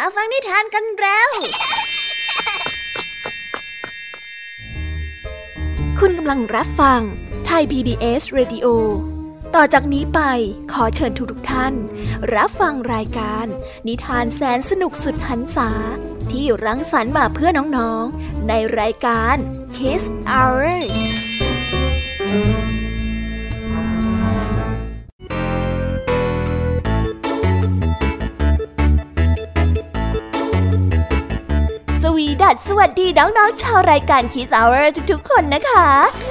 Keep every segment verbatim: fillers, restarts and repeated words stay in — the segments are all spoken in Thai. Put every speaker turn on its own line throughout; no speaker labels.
ฟังนิทานกันแล้วคุณกำลังรับฟังไทย พี บี เอส Radio ต่อจากนี้ไปขอเชิญทุกท่านรับฟังรายการนิทานแสนสนุกสุดหรรษาที่รังสรรค์มาเพื่อน้องๆในรายการ Kids Hourสวัสดีน้องๆชาวรายการ Kids Hour ทุกๆคนนะคะ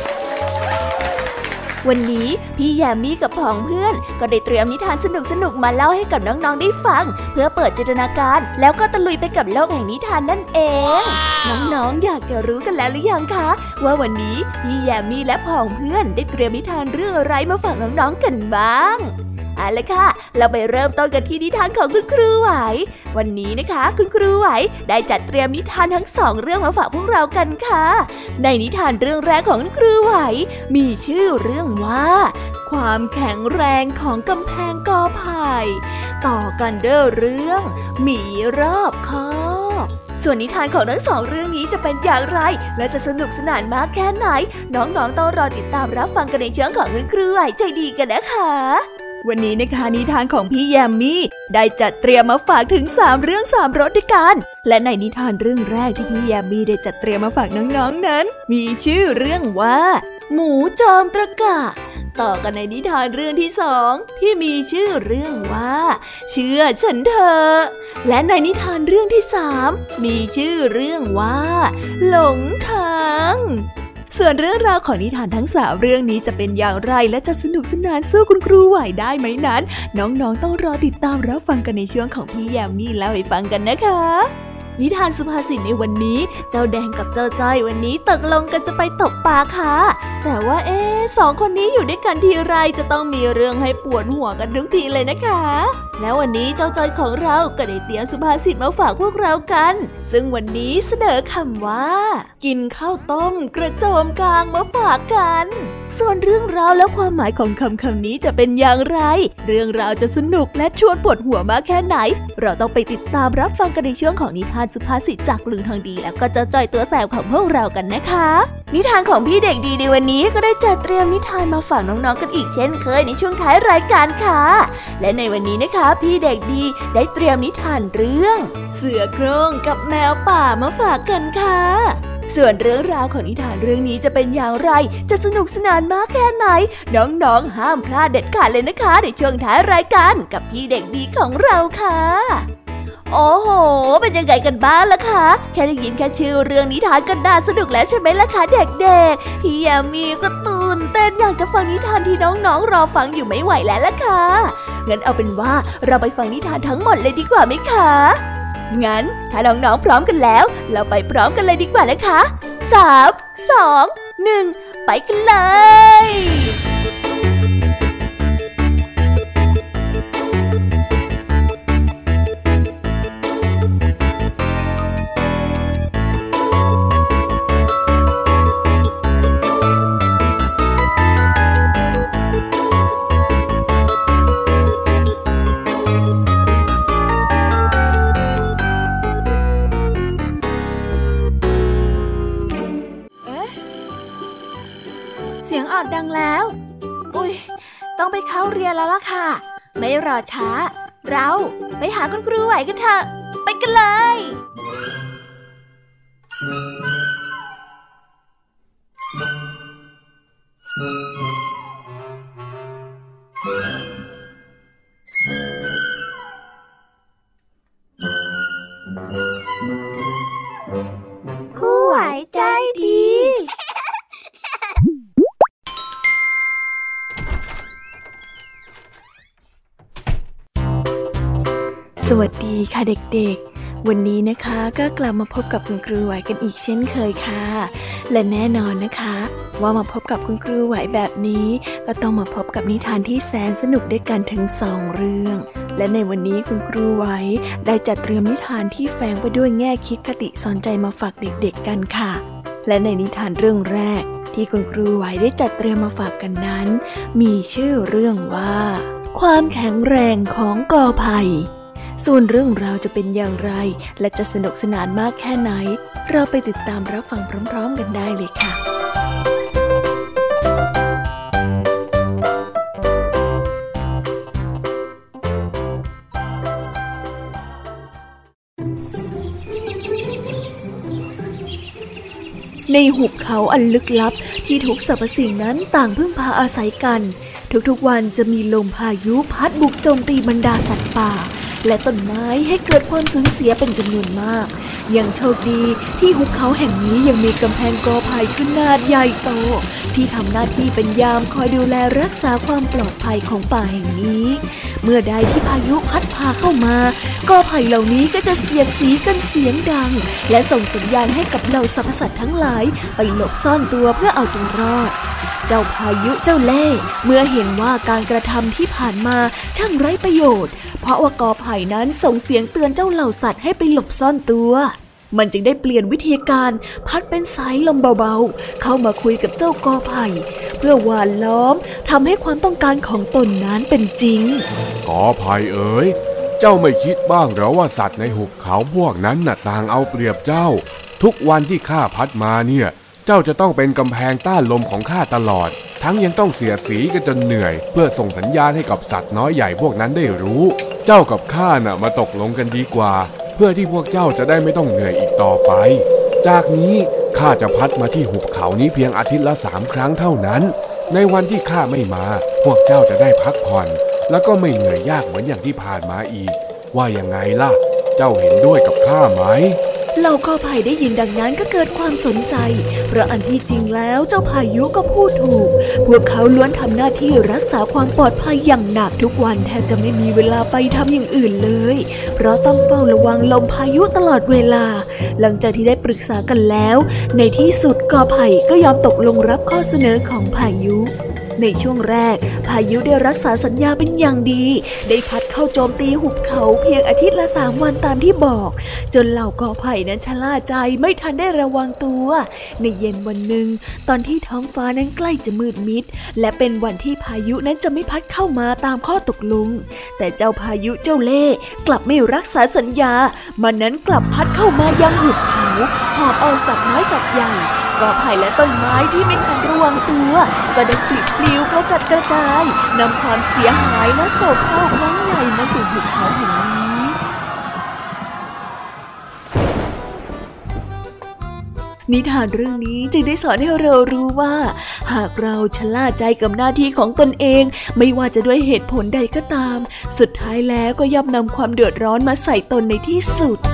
วันนี้พี่แยมมี่กับผองเพื่อนก็ได้เตรียมนิทานสนุกๆมาเล่าให้กับน้องๆได้ฟังเพื่อเปิดจินตนาการแล้วก็ตะลุยไปกับโลกแห่งนิทานนั่นเองน้องๆอยากจะรู้กันแล้วหรือยังคะว่าวันนี้พี่แยมมี่และผองเพื่อนได้เตรียมนิทานเรื่องอะไรมาฝากน้องๆกันบ้างเอาล่ะค่ะเราไปเริ่มต้นกันที่นิทานของคุณครูไหววันนี้นะคะคุณครูไหวได้จัดเตรียมนิทานทั้งสองเรื่องมาฝากพวกเรากันค่ะในนิทานเรื่องแรกของคุณครูไหวมีชื่อเรื่องว่าความแข็งแรงของกำแพงกอไผ่ต่อกันเด้อเรื่องหมีรอบคอบส่วนนิทานของทั้งสองเรื่องนี้จะเป็นอย่างไรและจะสนุกสนานมากแค่ไหนน้องๆต้องรอติดตามรับฟังกันในช่วงของคุณครูไหวใจดีกันนะคะวันนี้นะคะนิทานของพี่แยมมี่ได้จัดเตรียมมาฝากถึงสามเรื่องสามรสด้วยกันและในนิทานเรื่องแรกที่พี่แยมมี่ได้จัดเตรียมมาฝากน้องๆนั้นมีชื่อเรื่องว่าหมูจอมตะกะต่อกันในนิทานเรื่องที่สองที่มีชื่อเรื่องว่าเชื่อฉันเถอะและในนิทานเรื่องที่สามมีชื่อเรื่องว่าหลงทางส่วนเรื่องราวของนิทานทั้งสามเรื่องนี้จะเป็นอย่างไรและจะสนุกสนานสู้คุณครูไหวได้ไหมนั้นน้องๆต้องรอติดตามรับฟังกันในช่วงของพี่แยมมี่เล่าให้ฟังกันนะคะนิทานสุภาษิตในวันนี้เจ้าแดงกับเจ้าจ้อยวันนี้ตกลงกันจะไปตกปลาค่ะแต่ว่าเอ๊ะสองคนนี้อยู่ด้วยกันทีไรจะต้องมีเรื่องให้ปวดหัวกันทุกทีเลยนะคะแล้ววันนี้เจ้าจ้อยของเราก็ได้เตรียมสุภาษิตมาฝากพวกเรากันซึ่งวันนี้เสนอคำว่ากินข้าวต้มกระโจมกลางมาฝากกันส่วนเรื่องราวและความหมายของคำคำนี้จะเป็นอย่างไรเรื่องราวจะสนุกและชวนปวดหัวมากแค่ไหนเราต้องไปติดตามรับฟังกันในช่วงของนิทานสุภาษิตจากลุงทองดีแล้วก็เจ้าจ้อยตัวแสบของพวกเรากันนะคะนิทานของพี่เด็กดีในวันนี้ก็ได้จัดเตรียมนิทานมาฝากน้องๆกันอีกเช่นเคยในช่วงท้ายรายการค่ะและในวันนี้นะคะพี่เด็กดีได้เตรียมนิทานเรื่องเสือโคร่งกับแมวป่ามาฝากกันค่ะส่วนเรื่องราวของนิทานเรื่องนี้จะเป็นอย่างไรจะสนุกสนานมากแค่ไหนน้องๆห้ามพลาดเด็ดขาดเลยนะคะในช่วงท้ายรายการกับพี่เด็กดีของเราค่ะโอ้โหเป็นยังไงกันบ้างล่ะคะแค่ได้ยินแค่ชื่อเรื่องนิทานก็น่าสนุกแล้วใช่ไหมล่ะคะเด็กๆพี่แยมมี่ก็ตื่นเต้นอยากจะฟังนิทานที่น้องๆรอฟังอยู่ไม่ไหวแล้วล่ะค่ะงั้นเอาเป็นว่าเราไปฟังนิทานทั้งหมดเลยดีกว่าไหมคะงั้นถ้าน้องๆพร้อมกันแล้วเราไปพร้อมกันเลยดีกว่านะคะสาม สอง หนึ่งไปกันเลยดังแล้วอุ๊ยต้องไปเข้าเรียนแล้วล่ะค่ะไม่รอช้าเราไปหาคุณครูไหวกันเถอะไปกันเลยครูไหวใจดีสวัสดีค่ะเด็กๆวันนี้นะคะก็กลับมาพบกับคุณครูไหวกันอีกเช่นเคยค่ะและแน่นอนนะคะว่ามาพบกับคุณครูไหวแบบนี้ก็ต้องมาพบกับนิทานที่แสนสนุกด้วยกันทั้งสองเรื่องและในวันนี้คุณครูไหวได้จัดเตรียมนิทานที่แฝงไปด้วยแง่คิดคติสอนใจมาฝากเด็กๆกันค่ะและในนิทานเรื่องแรกที่คุณครูไหวได้จัดเตรียมมาฝากกันนั้นมีชื่อเรื่องว่าความแข็งแรงของกอไผ่ส่วนเรื่องราวจะเป็นอย่างไรและจะสนุกสนานมากแค่ไหนเราไปติดตามรับฟังพร้อมๆกันได้เลยค่ะในหุบเขาอันลึกลับที่ทุกสรรพสิ่งนั้นต่างพึ่งพาอาศัยกันทุกๆวันจะมีลมพายุพัดบุกโจมตีบรรดาสัตว์ป่าและต้นไม้ให้เกิดความสูญเสียเป็นจำนวนมากยังโชคดีที่หุบเขาแห่งนี้ยังมีกำแพงกอไผ่ขนาดใหญ่โตที่ทำหน้าที่เป็นยามคอยดูแลรักษาความปลอดภัยของป่าแห่งนี้เมื่อใดที่พายุพัดพาเข้ามากอไผ่เหล่านี้ก็จะเสียดสีกันเสียงดังและส่งสัญญาณให้กับเหล่าสรรพสัตว์ทั้งหลายไปหลบซ่อนตัวเพื่อเอาตัวรอดเจ้าพายุเจ้าเล่ห์เมื่อเห็นว่าการกระทำที่ผ่านมาช่างไร้ประโยชน์เพราะว่ากอไผ่นั้นส่งเสียงเตือนเจ้าเหล่าสัตว์ให้ไปหลบซ่อนตัวมันจึงได้เปลี่ยนวิธีการพัดเป็นสายลมเบาๆเข้ามาคุยกับเจ้ากอไผ่เพื่อหว่านล้อมทำให้ความต้องการของตนนั้นเป็นจริง
กอไผ่เอ๋ยเจ้าไม่คิดบ้างหรอว่าสัตว์ในหุบเขาพวกนั้นน่ะต่างเอาเปรียบเจ้าทุกวันที่ข้าพัดมาเนี่ยเจ้าจะต้องเป็นกำแพงต้านลมของข้าตลอดทั้งยังต้องเสียสีกันจนเหนื่อยเพื่อส่งสัญญาณให้กับสัตว์น้อยใหญ่พวกนั้นได้รู้เจ้ากับข้าน่ะมาตกลงกันดีกว่าเพื่อที่พวกเจ้าจะได้ไม่ต้องเหนื่อยอีกต่อไปจากนี้ข้าจะพัดมาที่หุบเขานี้เพียงอาทิตย์ละสามครั้งเท่านั้นในวันที่ข้าไม่มาพวกเจ้าจะได้พักผ่อนแล้วก็ไม่เหนื่อยยากเหมือนอย่างที่ผ่านมาอีกว่ายังไงล่ะเจ้าเห็นด้วยกับข้าไหม
เหล่ากอไผ่ได้ยินดังนั้นก็เกิดความสนใจเพราะอันที่จริงแล้วเจ้าพายุก็พูดถูกพวกเขาล้วนทำหน้าที่รักษาความปลอดภัยอย่างหนักทุกวันแทบจะไม่มีเวลาไปทำอย่างอื่นเลยเพราะต้องเฝ้าระวังลมพายุตลอดเวลาหลังจากที่ได้ปรึกษากันแล้วในที่สุดกอไผ่ก็ยอมตกลงรับข้อเสนอของพายุในช่วงแรกพายุได้รักษาสัญญาเป็นอย่างดีได้พัดเข้าโจมตีหุบเขาเพียงอาทิตย์ละสามวันตามที่บอกจนเหล่ากอไผ่นั้นชะล่าใจไม่ทันได้ระวังตัวในเย็นวันหนึ่งตอนที่ท้องฟ้านั้นใกล้จะมืดมิดและเป็นวันที่พายุนั้นจะไม่พัดเข้ามาตามข้อตกลงแต่เจ้าพายุเจ้าเล่ห์กลับไม่รักษาสัญญามันนั้นกลับพัดเข้ามายังหุบเขาหอบเอาสัตว์น้อยสัตว์ใหญ่กอไผ่และต้นไม้ที่ไม่ทันระวังตัวก็ได้ปลิดปลิวกระจัดกระจายนำความเสียหายและโศกเศร้าครั้งใหญ่มาสู่หุบเขาแห่งนี้นิทานเรื่องนี้จึงได้สอนให้เรารู้ว่าหากเราชะล่าใจกับหน้าที่ของตนเองไม่ว่าจะด้วยเหตุผลใดก็ตามสุดท้ายแล้วก็ย่อมนำความเดือดร้อนมาใส่ตนในที่สุด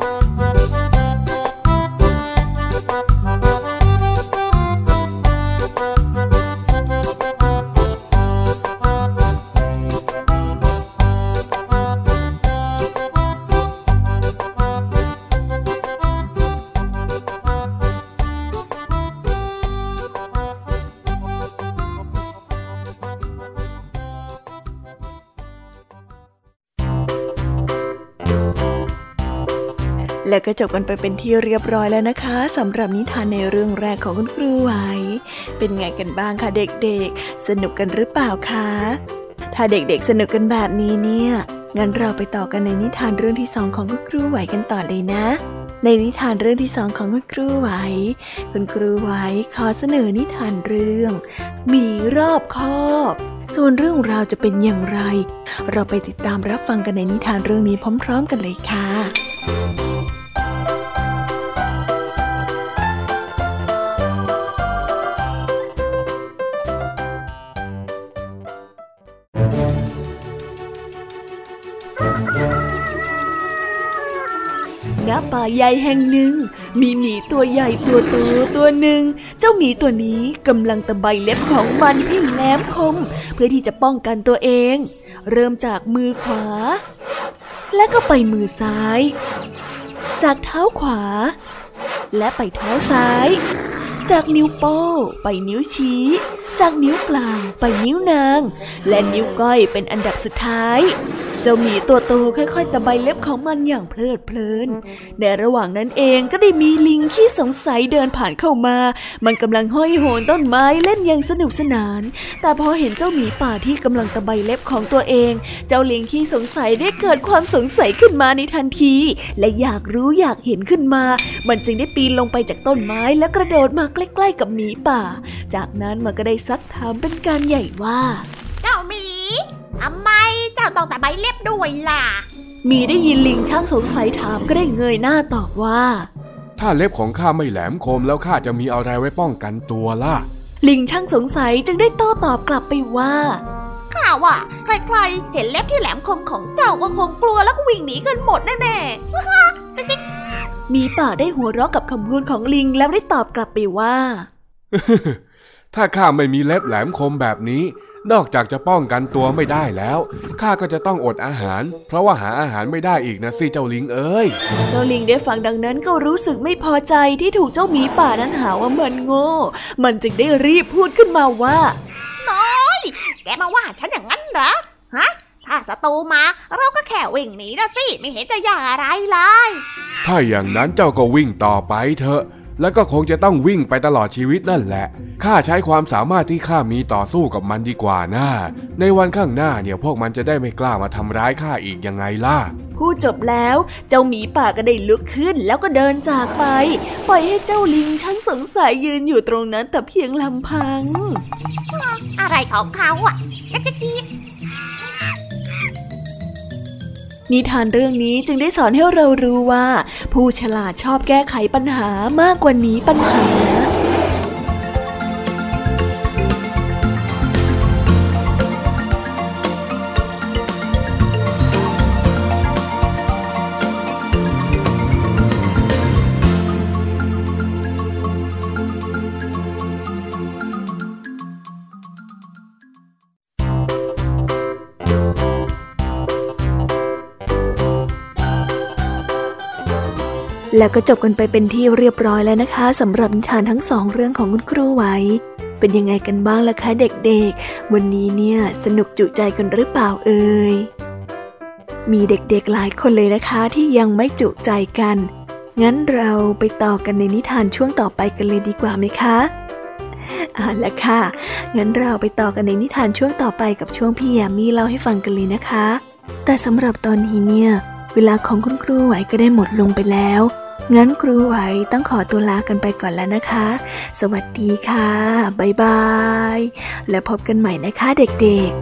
และก็จบกันไปเป็นที่เรียบร้อยแล้วนะคะสำหรับนิทานในเรื่องแรกของคุณครูไหวเป็นไงกันบ้างคะเด็กๆสนุกกันหรือเปล่าคะถ้าเด็กๆสนุกกันแบบนี้เนี่ยงั้นเราไปต่อกันในนิทานเรื่องที่สองของคุณครูไหวกันต่อเลยนะในนิทานเรื่องที่สองของคุณครูไหวคุณครูไหวขอเสนอนิทานเรื่องหมีรอบคอบส่วนเรื่องราวจะเป็นอย่างไรเราไปติดตามรับฟังกันในนิทานเรื่องนี้พร้อมๆกันเลยค่ะณ ป่าใหญ่แห่งหนึ่งมีหมีตัวใหญ่ตัวโตตัวหนึ่งเจ้าหมีตัวนี้กำลังตะไบเล็บของมันให้แหลมคมเพื่อที่จะป้องกันตัวเองเริ่มจากมือขวาและก็ไปมือซ้ายจากเท้าขวาและไปเท้าซ้ายจากนิ้วโป้ไปนิ้วชี้จากนิ้วกลางไปนิ้วนางและนิ้วก้อยเป็นอันดับสุดท้ายเจ้าหมีตัวโตค่อยๆตะไบเล็บของมันอย่างเพลิดเพลินในระหว่างนั้นเองก็ได้มีลิงขี้สงสัยเดินผ่านเข้ามามันกำลังห้อยโหนต้นไม้เล่นอย่างสนุกสนานแต่พอเห็นเจ้าหมีป่าที่กำลังตะไบเล็บของตัวเองเจ้าลิงขี้สงสัยได้เกิดความสงสัยขึ้นมาในทันทีและอยากรู้อยากเห็นขึ้นมามันจึงได้ปีนลงไปจากต้นไม้และกระโดดมาใกล้ๆกับหมีป่าจากนั้นมันก็ได้ซักถามเป็นการใหญ่ว่า
เจ้าหมีทำไมเจ้าต้องตะไบเล็บด้วยล่ะ
หมีได้ยินลิงช่างสงสัยถามก็ได้เงยหน้าตอบว่า
ถ้าเล็บของข้าไม่แหลมคมแล้วข้าจะมีอะไรไว้ป้องกันตัวล่ะ
ลิงช่างสงสัยจึงได้โต้ตอบกลับไปว่า
ข้าว่าใครๆเห็นเล็บที่แหลมคมของเจ้าก็คงกลัวแล้วก็วิ่งหนีกันหมดแน่
ๆหมีป่าได้หัวเราะกับคำพูดของลิงแล้วได้ตอบกลับไปว่า
ถ้าข้าไม่มีเล็บแหลมคมแบบนี้นอกจากจะป้องกันตัวไม่ได้แล้วข้าก็จะต้องอดอาหารเพราะว่าหาอาหารไม่ได้อีกนะสิเจ้าลิงเอ้ย
เจ้าลิงได้ฟังดังนั้นก็รู้สึกไม่พอใจที่ถูกเจ้าหมีป่านั้นหาว่ามันโง่มันจึงได้รีบพูดขึ้นมาว่า
น้อยแกมาว่าฉันอย่างนั้นเหรอฮะถ้าศัตรูมาเราก็แค่วิ่งหนีนะสิไม่เห็นจะยากอะไรเลย
ถ้าอย่างนั้นเจ้าก็วิ่งต่อไปเถอะแล้วก็คงจะต้องวิ่งไปตลอดชีวิตนั่นแหละข้าใช้ความสามารถที่ข้ามีต่อสู้กับมันดีกว่านะในวันข้างหน้าเนี่ยพวกมันจะได้ไม่กล้ามาทำร้ายข้าอีกยังไงล่ะ
พูดจบแล้วเจ้าหมีป่าก็ได้ลุกขึ้นแล้วก็เดินจากไปปล่อยให้เจ้าลิงช่างสงสัยยืนอยู่ตรงนั้นแต่เพียงลำพัง
อะไรของเขาอ่ะจ๊กจิ๊ก
นิทานเรื่องนี้จึงได้สอนให้เรารู้ว่าผู้ฉลาดชอบแก้ไขปัญหามากกว่าหนีปัญหาแล้วก็จบกันไปเป็นที่เรียบร้อยแล้วนะคะสำหรับนิทานทั้งสองเรื่องของคุณครูไหวเป็นยังไงกันบ้างล่ะคะเด็กๆวันนี้เนี่ยสนุกจุใจกันหรือเปล่าเอ่ยมีเด็กๆหลายคนเลยนะคะที่ยังไม่จุใจกันงั้นเราไปต่อกันในนิทานช่วงต่อไปกันเลยดีกว่าไหมคะเอาล่ะค่ะงั้นเราไปต่อกันในนิทานช่วงต่อไปกับช่วงพี่ยามีเล่าให้ฟังกันเลยนะคะแต่สำหรับตอนนี้เนี่ยเวลาของคุณครูไหวก็ได้หมดลงไปแล้วงั้นครูไหวต้องขอตัวลากันไปก่อนแล้วนะคะสวัสดีค่ะบ๊ายบายแล้วพบกันใหม่นะคะเด็กๆ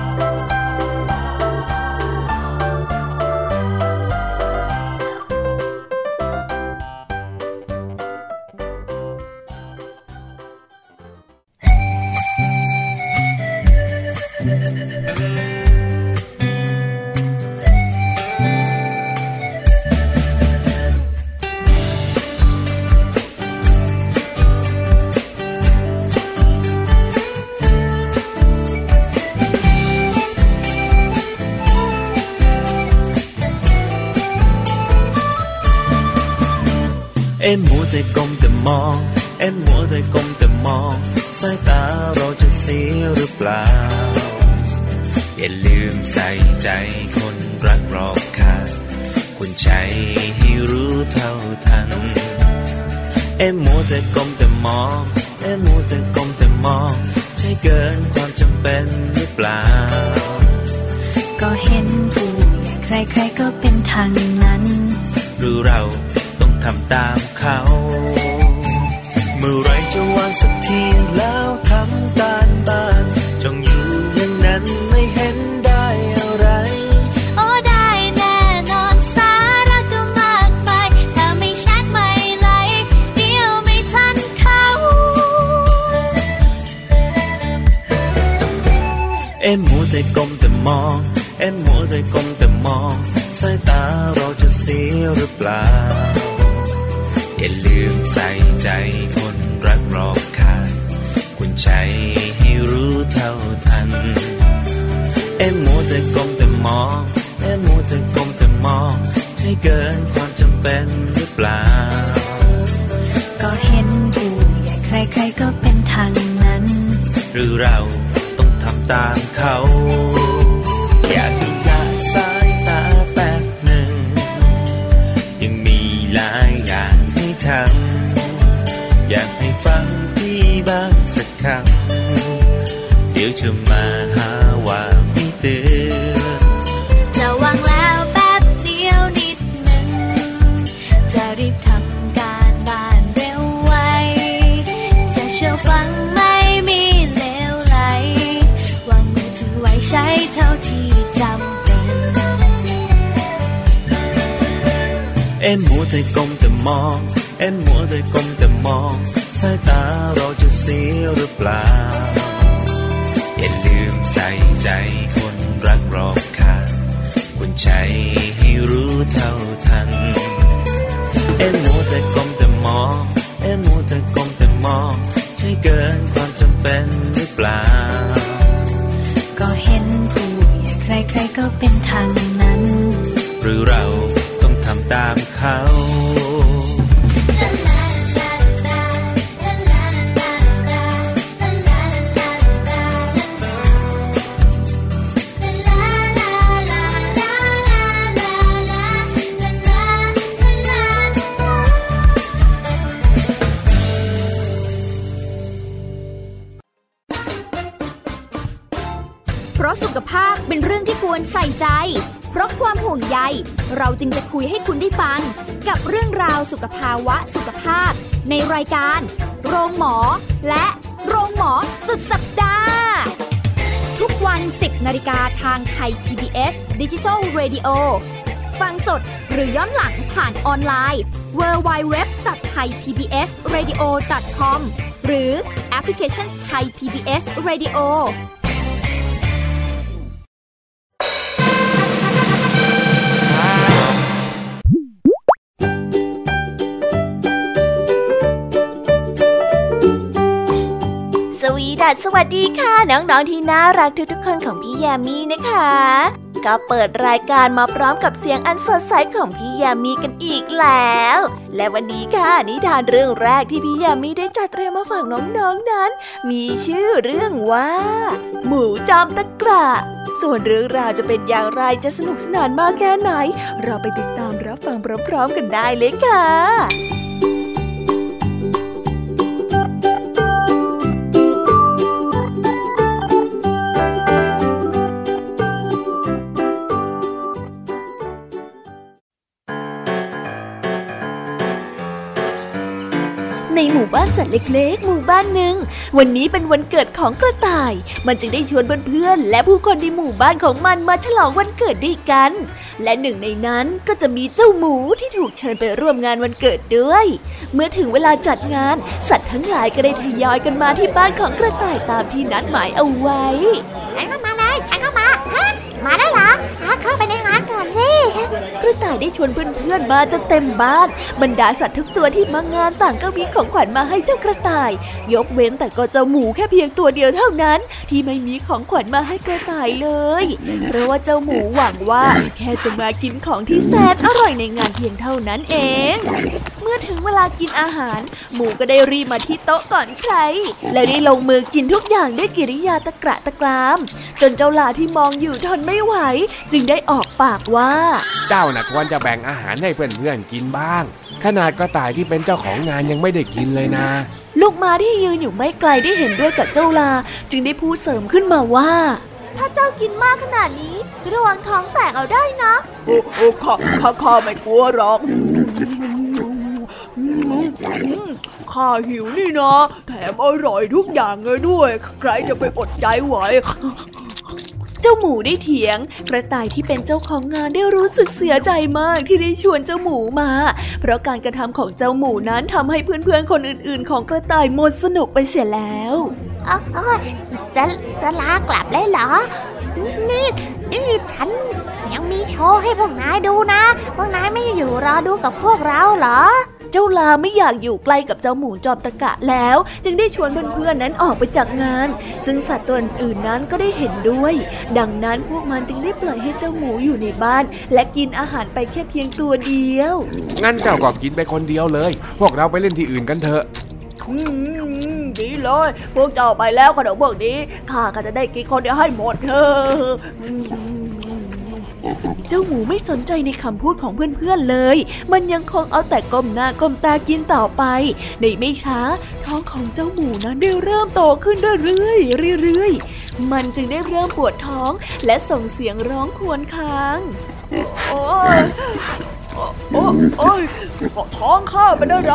เอ็มมัวแต่ก้มแต่มองเอ็มมัวแต่ก้มแต่มองสายตาเราจะเสียหรือเปล่าอย่าลืมใส่ใจคนรักรอบข้างคุณใจให้รู้เท่าทันเอ็มมัวแต่ก้มแต่มองเอ็มมัวแต่ก้มแต่มองใช่เกินความจำเป็นหรือเปล่า
ก็เห็นผู้ใหญ่ใครๆก็เป็นทางนั้น
หรือเราต้องทำตามเขาเมื่อไรจะวางสักทีแล้วทำตามบ้านจ้องอยู่อย่างนั้นไม่เห็นได้อะไร
โอ้ได้แน่นอนสาระก็มากไปถ้าไม่ชัดไม่ไหลเดี๋ยวไม่ทันเขา
เอ็มมัวแต่ก้มแต่มองเอ็มมัวแต่ก้มแต่มองสายตาเราจะเสียหรือเปล่าอย่าลืมใส่ใจคนรักรอบข้างคุณใจให้รู้เท่าทันเอ็มมัวแต่ก้มแต่มองเอ็มมัวแต่ก้มแต่มองใช่เกินความจำเป็นหรือเปล่า
ก็เห็นผู้ใหญ่ใครๆก็เป็นทางนั้น
หรือเราต้องทำตามเขาอย่าดูหน้าสาเอ็มมัวแต่ก้มแต่มองเอ็มมัวแต่ก้มแต่มองสายตาเราจะเสียหรือเปล่าอย่าลืมใส่ใจคนรักรอบข้างควรใจให้รู้เท่าทันเอ็มมัวแต่ก้มแต่มองเอ็มมัวแต่ก้มแต่มองใช่เกินความจำเป็นหรือเปล่า
ก็เห็นผู้ใครๆก็เป็นทางนั้น
หรือเราต้องทำตามเขา
เพราะสุขภาพเป็นเรื่องที่ควรใส่ใจเพราะความห่วงใยเราจึงจะคุยให้คุณได้ฟังกับเรื่องราวสุขภาวะสุขภาพในรายการโรงหมอและโรงหมอสุดสัปดาห์ทุกวัน สิบนาฬิกาทางไทย พี บี เอส Digital Radio ฟังสดหรือย้อนหลังผ่านออนไลน์ ดับเบิลยู ดับเบิลยู ดับเบิลยู ดอท ไทยพีบีเอสเรดิโอ ดอท คอม หรือแอปพลิเคชัน Thai พี บี เอส Radio
สวีดัสสวัสดีค่ะน้องๆที่น่ารักทุกๆคนของพี่ยามีนะคะก็เปิดรายการมาพร้อมกับเสียงอันสดใสของพี่ยามีกันอีกแล้วและวันนี้ค่ะนิทานเรื่องแรกที่พี่ยามีได้จัดเตรียมมาฝากน้องๆนั้นมีชื่อเรื่องว่าหมูจอมตะกร้าส่วนเรื่องราวจะเป็นอย่างไรจะสนุกสนานมากแค่ไหนเราไปติดตามรับฟังพร้อมๆกันได้เลยค่ะในหมู่บ้านสัตว์เล็กๆหมู่บ้านหนึ่งวันนี้เป็นวันเกิดของกระต่ายมันจึงได้ชวนเพื่อนๆและผู้คนในหมู่บ้านของมันมาฉลองวันเกิดด้วยกันและหนึ่งในนั้นก็จะมีเจ้าหมูที่ถูกเชิญไปร่วมงานวันเกิดด้วยเมื่อถึงเวลาจัดงานสัตว์ทั้งหลายก็ได้ทยอยกันมาที่บ้านของกระต่ายตามที่นัดหมายเอาไว้
ฉันก็มาเลยฉันก็มาฮะมาได้เหรอเข้าไปในงานก่อนสิ
กระต่ายได้ชวนเพื่อนๆมาจนเต็มบ้านบรรดาสัตว์ทุกตัวที่มางานต่างก็มีของขวัญมาให้เจ้ากระต่ายยกเว้นแต่ก็เจ้าหมูแค่เพียงตัวเดียวเท่านั้นที่ไม่มีของขวัญมาให้กระต่ายเลยเพราะว่าเจ้าหมูหวังว่าแค่จะมากินของที่แสนอร่อยในงานเพียงเท่านั้นเองเมื่อถึงเวลากินอาหารหมูก็ได้รีบมาที่โต๊ะก่อนใครและได้ลงมือกินทุกอย่างด้วยกิริยาตะกระตะกรามจนเจ้าลาที่มองอยู่ทนไม่ไหวจึงได้ออกปากว่า
เจ้าน่ะควรจะแบ่งอาหารให้เพื่อนๆกินบ้างขนาดกระต่ายที่เป็นเจ้าของงานยังไม่ได้กินเลยนะ
ลูกม้าที่ยืนอยู่ไม่ไกลได้เห็นด้วยกับเจ้าลาจึงได้พูดเสริมขึ้นมาว่าถ้าเจ้ากินมากขนาดนี้ระวังท้องแตกเอาได้นะ
โอ้โอ้ข้าข้าข้าไม่กลัวหรอกข้าหิวนี่นะแถมอร่อยทุกอย่างเลยด้วยใครจะไปอดใจไหว
เจ้าหมูได้เถียงกระต่ายที่เป็นเจ้าของงานได้รู้สึกเสียใจมากที่ได้ชวนเจ้าหมูมาเพราะการกระทำของเจ้าหมูนั้นทำให้เพื่อนๆคนอื่นๆของกระต่ายหมดสนุกไปเสียแล้ว
อ๋อจะจะลากลับเลยเหรอนี่นี่ฉันยังมีโชว์ให้พวกนายดูนะพวกนายไม่อยู่รอดูกับพวกเราเหรอ
เจ้าลาไม่อยากอยู่ใกล้กับเจ้าหมูจอมตะกะแล้วจึงได้ชวนเพื่อนๆนั้นออกไปจากงานซึ่งสัตว์ตัวอื่นนั้นก็ได้เห็นด้วยดังนั้นพวกมันจึงได้ปล่อยให้เจ้าหมูอยู่ในบ้านและกินอาหารไปแค่เพียงตัวเดียว
งั้นเจ้าก็กินไปคนเดียวเลยพวกเราไปเล่นที่อื่นกันเถอะ
ดีเลยพวกเจ้าไปแล้วขนมพวกนี้ข้าก็จะได้กินคนเดียวให้หมดเถอะ
เจ้าหมูไม่สนใจในคำพูดของเพื่อนๆเลยมันยังคงเอาแต่ก้มหน้าก้มตากินต่อไปในไม่ช้าท้องของเจ้าหมูนั้นได้เริ่มโตขึ้นเรื่อยๆเรื่อยๆมันจึงได้เริ่มปวดท้องและส่งเสียงร้องครวญคราง
โอ้ยโอ้โอ้ยท้องข้าเป็นอะไร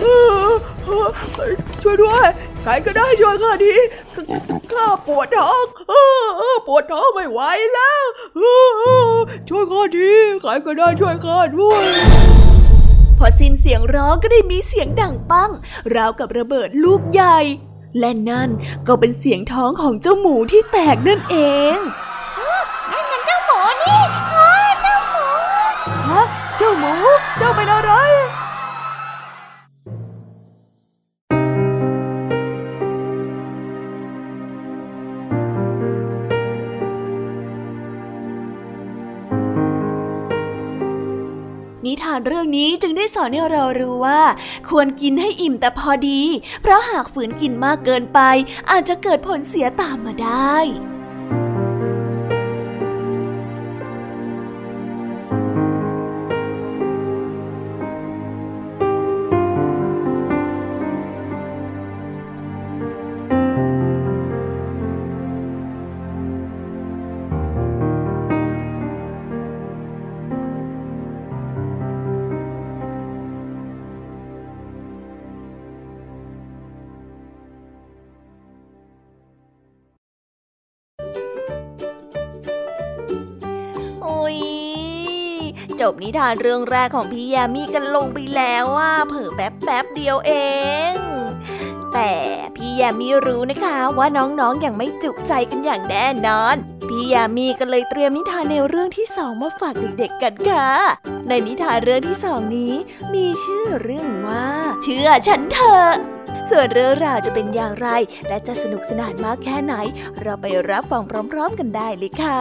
ช่วยด้วยใครก็ได้ช่วยข้าทีข้าปวดท้องปวดท้องไม่ไหวแล้วช่วยข้าทีใครก็ได้ช่วยข้าด้วย
อสิ้นเสียงร้องก็ได้มีเสียงดังปังราวกับระเบิดลูกใหญ่และนั่นก็เป็นเสียงท้องของเจ้าหมูที่แตกนั่นเอง
นั่นมันเจ้าหมูนี่เจ้าหมู
ฮะเจ้าหมูเจ้าเป็นอะไรนิทานเรื่องนี้จึงได้สอนให้เรารู้ว่าควรกินให้อิ่มแต่พอดีเพราะหากฝืนกินมากเกินไปอาจจะเกิดผลเสียตามมาได้จบนิทานเรื่องแรกของพี่ยามีกันลงไปแล้วว่าเผลอแป๊บแป๊บเดียวเองแต่พี่ยามีรู้นะคะว่าน้องๆ อ, อย่างไม่จุใจกันอย่างแน่นอนพี่ยามีก็เลยเตรียมนิทานในเรื่องที่สองมาฝากเด็กๆกันค่ะในนิทานเรื่องที่สองนี้มีชื่อเรื่องว่าเชื่อฉันเถอะส่วนเรื่องราวจะเป็นอย่างไรและจะสนุกสนานมากแค่ไหนเราไปรับฟังพร้อมๆกันได้เลยค่ะ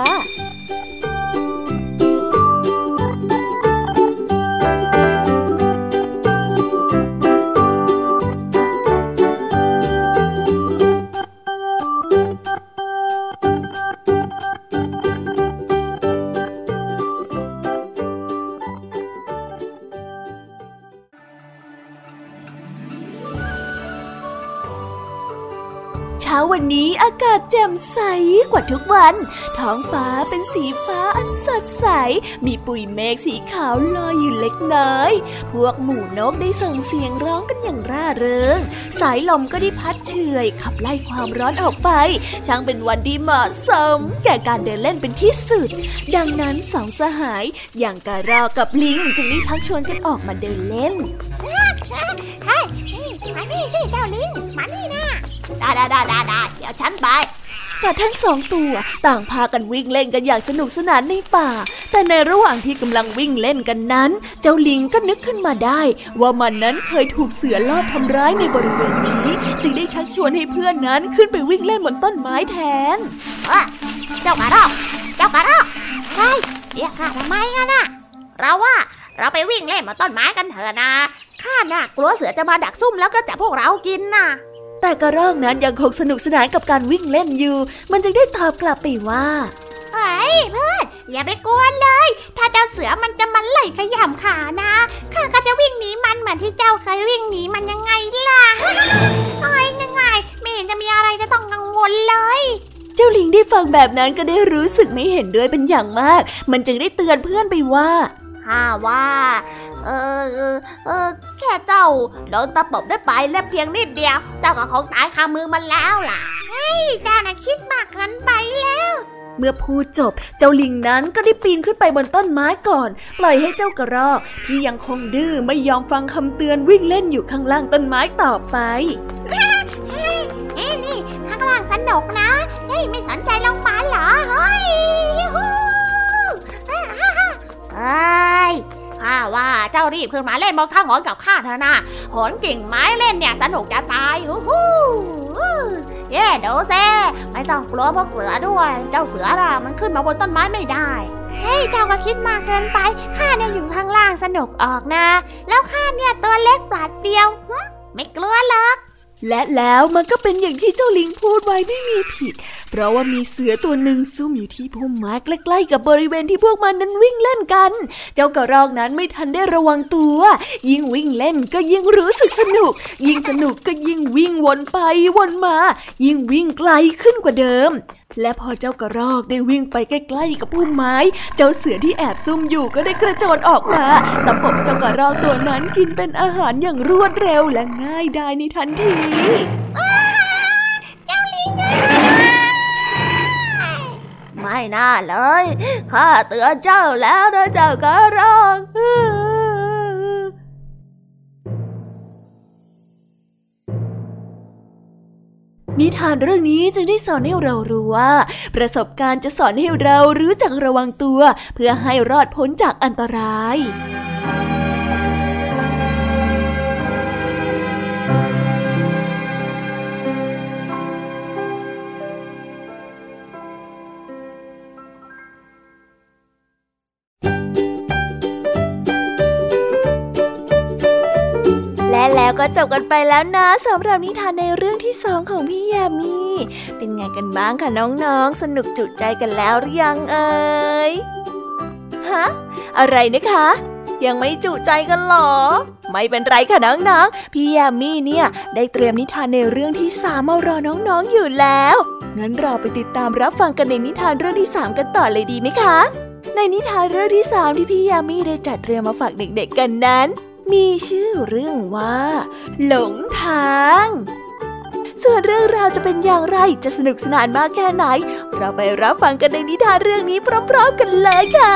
เช้าวันนี้อากาศแจ่มใสกว่าทุกวันท้องฟ้าเป็นสีฟ้าอันสดใสมีปุยเมฆสีขาวลอยอยู่เล็กน้อยพวกหมูนกได้ส่งเสียงร้องกันอย่างร่าเริงสายลมก็ได้พัดเฉยขับไล่ความร้อนออกไปช่างเป็นวันที่เหมาะสมแก่การเดินเล่นเป็นที่สุดดังนั้นสองสหายอย่างกระรอกกับลิงจึงได้ชักชวนกันออกมาเดินเล่น
เฮ้ยมานี่สิเจ้าลิงมานี่นะได้ได้ได้ได้เดี๋ยวฉันไป
สัตว์ทั้งสองตัวต่างพากันวิ่งเล่นกันอย่างสนุกสนานในป่าแต่ในระหว่างที่กำลังวิ่งเล่นกันนั้นเจ้าลิงก็นึกขึ้นมาได้ว่ามันนั้นเคยถูกเสือลอบทำร้ายในบริเวณนี้จึงได้ชักชวนให้เพื่อนนั้นขึ้นไปวิ่งเล่นบนต้นไม้แทน
เจ้ากระรอกเจ้ากระรอกเฮ้ยเรียกข้าทำไมกันน่ะเราว่าเราไปวิ่งเล่นบนต้นไม้กันเถอะนะข้าน่ะกลัวเสือจะมาดักซุ่มแล้วก็จับพวกเรากินน่ะ
แต่กระรอกนั้นยังคงสนุกสนานกับการวิ่งเล่นอยู่มันจึงได้ตอบกลับไปว่า
เฮ้ยเพื่อนอย่าไปกวนเลยถ้าเจ้าเสือมันจะมันไล่ขย่ำขานะข้าก็จะวิ่งหนีมันเหมือนที่เจ้าเคยวิ่งหนีมันยังไงล่ะโอ้ยยังไงไม่เห็นจะมีอะไรจะต้องกังวลเลย
เจ้าลิงได้ฟังแบบนั้นก็ได้รู้สึกไม่เห็นด้วยเป็นอย่างมากมันจึงได้เตือนเพื่อนไปว่า
ฮ่าว่าเออเออเออแค่เจ้าโดนตะปบได้ไปเล็บเพียงนิดเดียวเจ้าก็คงตายคามือมันแล้วล่ะเฮ้ยเจ้าน่ะคิดมากเกินไปแล้ว
เมื่อพูดจบเจ้าลิงนั้นก็ได้ปีนขึ้นไปบนต้นไม้ก่อนปล่อยให้เจ้ากระรอกที่ยังคงดื้อไม่ยอมฟังคำเตือนวิ่งเล่นอยู่ข้างล่างต้นไม้ต่อไป
เฮ้ยนี่ข้างล่างสนุกนะเฮ้ยไม่สนใจลงมาเหรอเฮ้ยฮู้เฮ้ยข้าว่าเจ้ารีบขึ้นมาเล่นบนข้างหอนกับข้าเถอะนะหอนกิ่งไม้เล่นเนี่ยสนุกจะตายฮู้ฮู้เย่ดูเซ่ไม่ต้องกลัวพวกเสือด้วยเจ้าเสือน่ะมันขึ้นมาบนต้นไม้ไม่ได้เฮ้ยเจ้าก็คิดมากเกินไปข้าเนี่ยอยู่ข้างล่างสนุกออกนะแล้วข้าเนี่ยตัวเล็กปราดเปรียวไม่กลัวหรอก
และแล้วมันก็เป็นอย่างที่เจ้าลิงพูดไว้ไม่มีผิดเพราะว่ามีเสือตัวหนึ่งซุ่มอยู่ที่พุ่มไม้ใกล้ๆกับบริเวณที่พวกมันนั้นวิ่งเล่นกันเจ้ากระรอกนั้นไม่ทันได้ระวังตัวยิ่งวิ่งเล่นก็ยิ่งรู้สึกสนุกยิ่งสนุกก็ยิ่งวิ่งวนไปวนมายิ่งวิ่งไกลขึ้นกว่าเดิมและพอเจ้ากระรอกได้วิ่งไปใกล้ๆกับพุ่มไม้เจ้าเสือที่แอบซุ่มอยู่ก็ได้กระโจนออกมาตะปบเจ้ากระรอกตัวนั้นกินเป็นอาหารอย่างรวดเร็วและง่ายดายในทันที
เจ้าลิง
ไม่น่าเลยข้าเตือนเจ้าแล้วนะเจ้ากระรอกนิทานเรื่องนี้จึงได้สอนให้เรารู้ว่าประสบการณ์จะสอนให้เรารู้จักระวังตัวเพื่อให้รอดพ้นจากอันตรายและแล้วก็จบกันไปแล้วนะสำหรับนิทานในเรื่องที่สองของพี่ยามีเป็นไงกันบ้างคะน้องๆสนุกจุใจกันแล้วหรือยังเอ่ยฮะอะไรนะคะยังไม่จุใจกันหรอไม่เป็นไรค่ะน้องๆพี่ยามีเนี่ยได้เตรียมนิทานในเรื่องที่สามมารอน้องๆอยู่แล้วงั้นเราไปติดตามรับฟังกันในนิทานเรื่องที่สามกันต่อเลยดีไหมคะในนิทานเรื่องที่สามที่พี่ยามีได้จัดเตรียมมาฝากเด็กๆกันนั้นมีชื่อเรื่องว่าหลงทางส่วนเรื่องราวจะเป็นอย่างไรจะสนุกสนานมากแค่ไหนเราไปรับฟังกันในนิทานเรื่องนี้พร้อมๆกันเลยค่ะ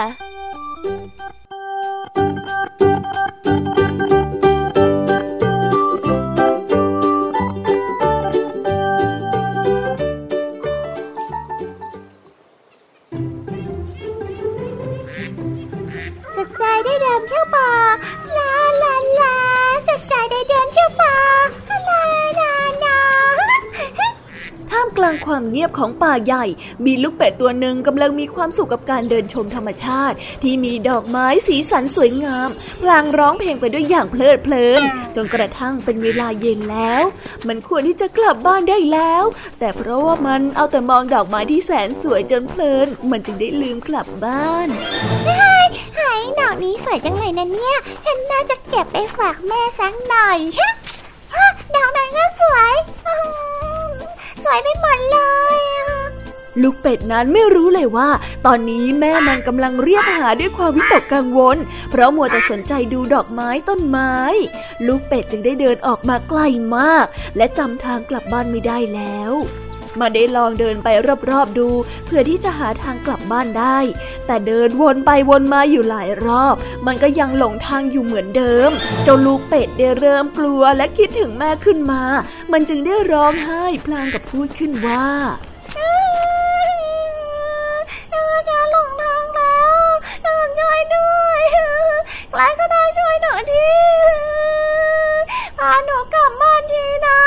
สุขใจได้เดินเที่ยวป่าลาลาลาสุขใจได้เดินเที่ยวป่าลาลาลา
ท่ามกลางความเงียบของป่าใหญ่มีลูกเป็ดตัวหนึ่งกำลังมีความสุขกับการเดินชมธรรมชาติที่มีดอกไม้สีสันสวยงามพลางร้องเพลงไปด้วยอย่างเพลิดเพลินจนกระทั่งเป็นเวลาเย็นแล้วมันควรที่จะกลับบ้านได้แล้วแต่เพราะว่ามันเอาแต่มองดอกไม้ที่แสนสวยจนเพลินมันจึงได้ลืมกลับบ้าน
เฮ้ยเฮ้ยดอกนี้สวยจังเลยนะเนี่ยฉันน่าจะเก็บไปฝากแม่สักหน่อยใช่ดอกนั้นก็สวยสวยไปหมดเลย
ลูกเป็ดนั้นไม่รู้เลยว่าตอนนี้แม่มันกำลังเรียกหาด้วยความวิตกกังวลเพราะมัวแต่สนใจดูดอกไม้ต้นไม้ลูกเป็ดจึงได้เดินออกมาไกลมากและจำทางกลับบ้านไม่ได้แล้วมันได้ลองเดินไปรอบๆดูเพื่อที่จะหาทางกลับบ้านได้แต่เดินวนไปวนมาอยู่หลายรอบมันก็ยังหลงทางอยู่เหมือนเดิมเจ้าลูกเป็ดได้เริ่มกลัวและคิดถึงแม่ขึ้นมามันจึงได้ร้องไห้พลางกับพูดขึ้นว่า
จะหลงทางแล้วช่วยด้วยใครก็ได้ช่วยหนูทีพาหนูกลับบ้านทีนะ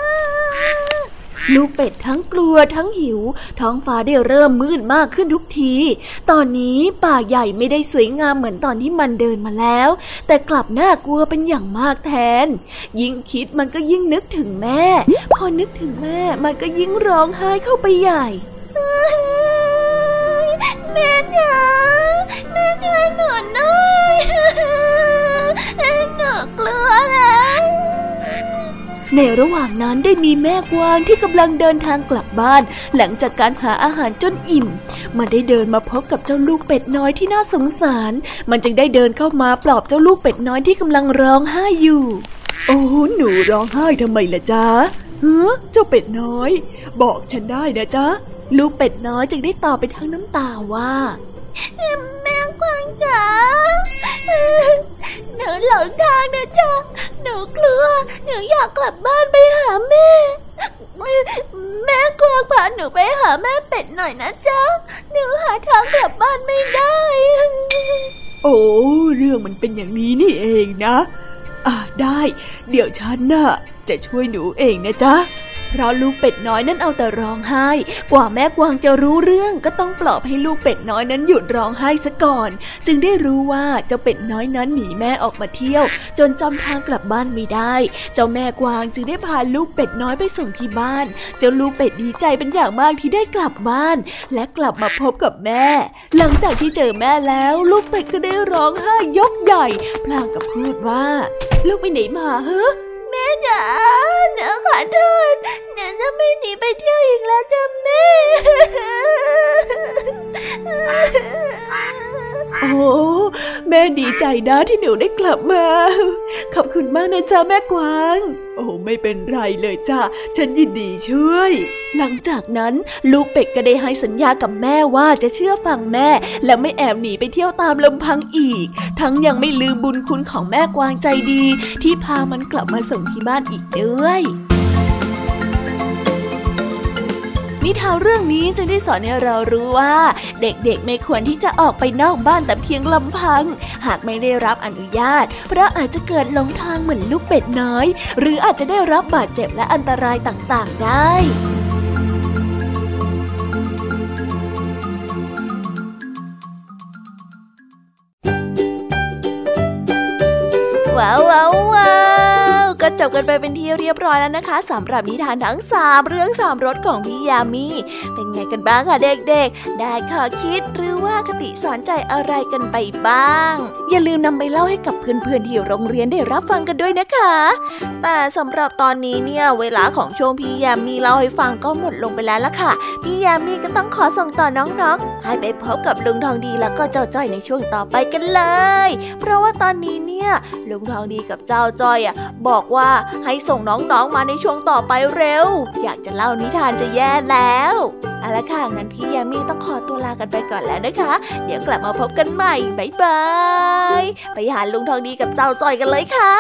ลูกเป็ดทั้งกลัวทั้งหิวท้องฟ้าได้เริ่มมืดมากขึ้นทุกทีตอนนี้ป่าใหญ่ไม่ได้สวยงามเหมือนตอนที่มันเดินมาแล้วแต่กลับน่ากลัวเป็นอย่างมากแทนยิ่งคิดมันก็ยิ่งนึกถึงแม่พอนึกถึงแม่มันก็ยิ่งร้องไห้เข้าไปใหญ่
แม่จ๋าแม่ช่วยหนูหน่อยหนูกลัวแล้ว
ในระหว่างนั้นได้มีแม่กวางที่กำลังเดินทางกลับบ้านหลังจากการหาอาหารจนอิ่มมันได้เดินมาพบกับเจ้าลูกเป็ดน้อยที่น่าสงสารมันจึงได้เดินเข้ามาปลอบเจ้าลูกเป็ดน้อยที่กำลังร้องไห้อยู่โอ้หนูร้องไห้ทำไมล่ะจ๊ะเฮ้อเจ้าเป็ดน้อยบอกฉันได้นะจ๊ะลูกเป็ดน้อยจึงได้ตอบไปทั้งน้ำตาว่า
แม่กวางจ๋าหนูหลงทางนะจ๊ะหนูกลัวหนูอยากกลับบ้านไปหาแม่แม่กวางพาหนูไปหาแม่เป็ดหน่อยนะจ๊ะหนูหาทางกลับบ้านไม่ได้
โอ้เรื่องมันเป็นอย่างนี้นี่เองนะอ่ะได้เดี๋ยวฉันน่ะจะช่วยหนูเองนะจ๊ะเพราะลูกเป็ดน้อยนั้นเอาแต่ร้องไห้กว่าแม่กวางจะรู้เรื่องก็ต้องปลอบให้ลูกเป็ดน้อยนั้นหยุดร้องไห้ซะก่อนจึงได้รู้ว่าเจ้าเป็ดน้อยนั้นหนีแม่ออกมาเที่ยวจนจำทางกลับบ้านไม่ได้เจ้าแม่กวางจึงได้พาลูกเป็ดน้อยไปส่งที่บ้านเจ้าลูกเป็ดดีใจเป็นอย่างมากที่ได้กลับบ้านและกลับมาพบกับแม่หลังจากที่เจอแม่แล้วลูกเป็ดก็ได้ร้องไห้ยกใหญ่พลางกับพูดว่าลูกไปไหนมาเฮ้อ
แม่จ๋าหนูขอโทษหนูจะไม่หนีไปเที่ยวอีกแล้วจ้ะแม่
โอ้แม่ดีใจนะที่หนูได้กลับมาขอบคุณมากนะจ๊ะแม่กวางโอ้ไม่เป็นไรเลยจ้ะฉันยินดีช่วยหลังจากนั้นลูกเป็ดก็ได้ให้สัญญากับแม่ว่าจะเชื่อฟังแม่และไม่แอบหนีไปเที่ยวตามลำพังอีกทั้งยังไม่ลืมบุญคุณของแม่กวางใจดีที่พามันกลับมาส่งที่บ้านอีกด้วยนิทานเรื่องนี้จึงได้สอนให้เรารู้ว่าเด็กๆไม่ควรที่จะออกไปนอกบ้านแต่เพียงลำพังหากไม่ได้รับอนุญาตเพราะอาจจะเกิดหลงทางเหมือนลูกเป็ดน้อยหรืออาจจะได้รับบาดเจ็บและอันตรายต่างๆได้ว้าวว้าวว้าวก็จบกันไปเป็นที่เรียบร้อยแล้วนะคะสำหรับนิทานทั้งสามเรื่องสามรสของพี่ยามีเป็นไงกันบ้างคะเด็กๆได้ข้อคิดหรือว่าคติสอนใจอะไรกันไปบ้างอย่าลืมนำไปเล่าให้กับเพื่อนๆที่โรงเรียนได้รับฟังกันด้วยนะคะแต่สำหรับตอนนี้เนี่ยเวลาของช่วงพี่ยามีเล่าให้ฟังก็หมดลงไปแล้วล่ะค่ะพี่ยามีก็ต้องขอส่งต่อน้องๆให้ไปพบกับลุงทองดีแล้วก็เจ้าจ้อยในช่วงต่อไปกันเลยเพราะว่าตอนนี้เนี่ยลุงทองดีกับเจ้าจ้อยอ่ะบอกว่าให้ส่งน้องๆมาในช่วงต่อไปเร็วอยากจะเล่านิทานจะแย่แล้วเอาละค่ะงั้นพี่ยามีต้องขอตัวลากันไปก่อนแล้วนะคะเดี๋ยวกลับมาพบกันใหม่บ๊ายบายไปหาลุงทองดีกับเจ้าจ้อยกันเลยค่ะ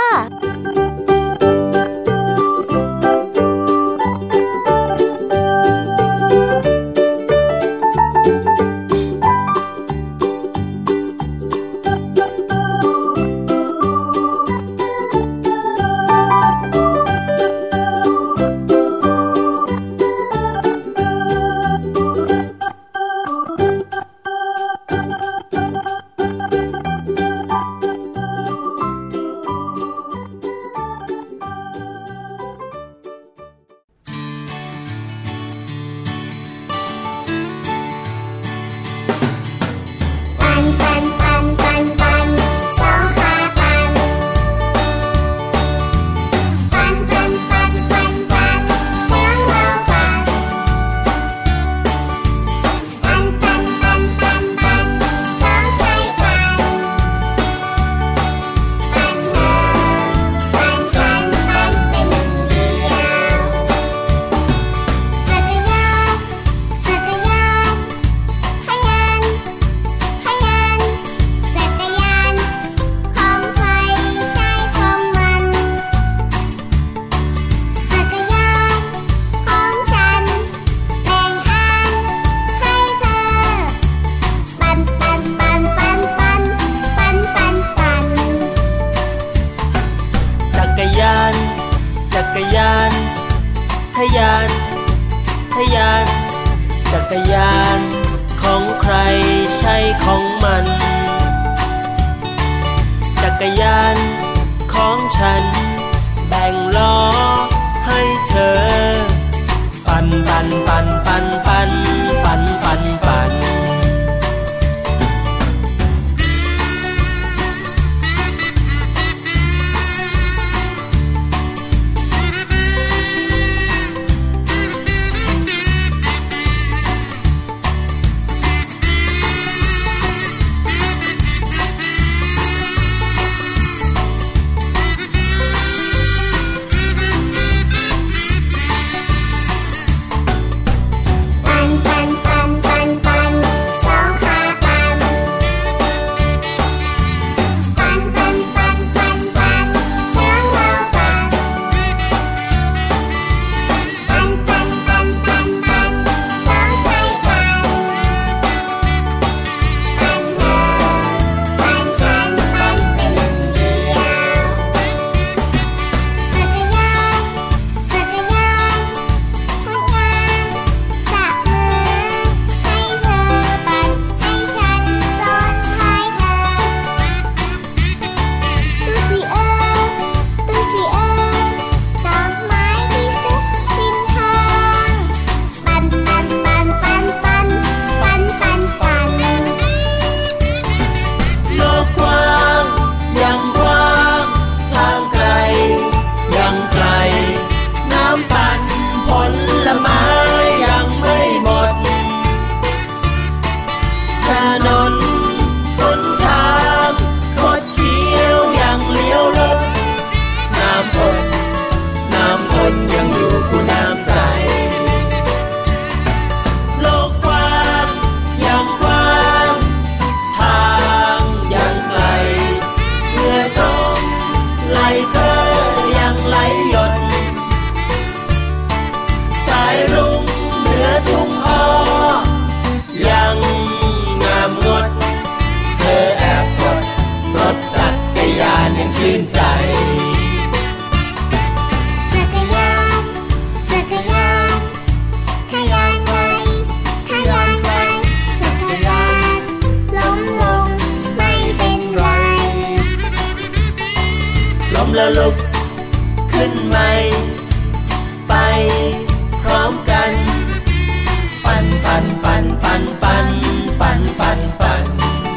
แล้วลุกขึ้นใหม่ไปพร้อมกันปันปันปันปันปันปันปันปัน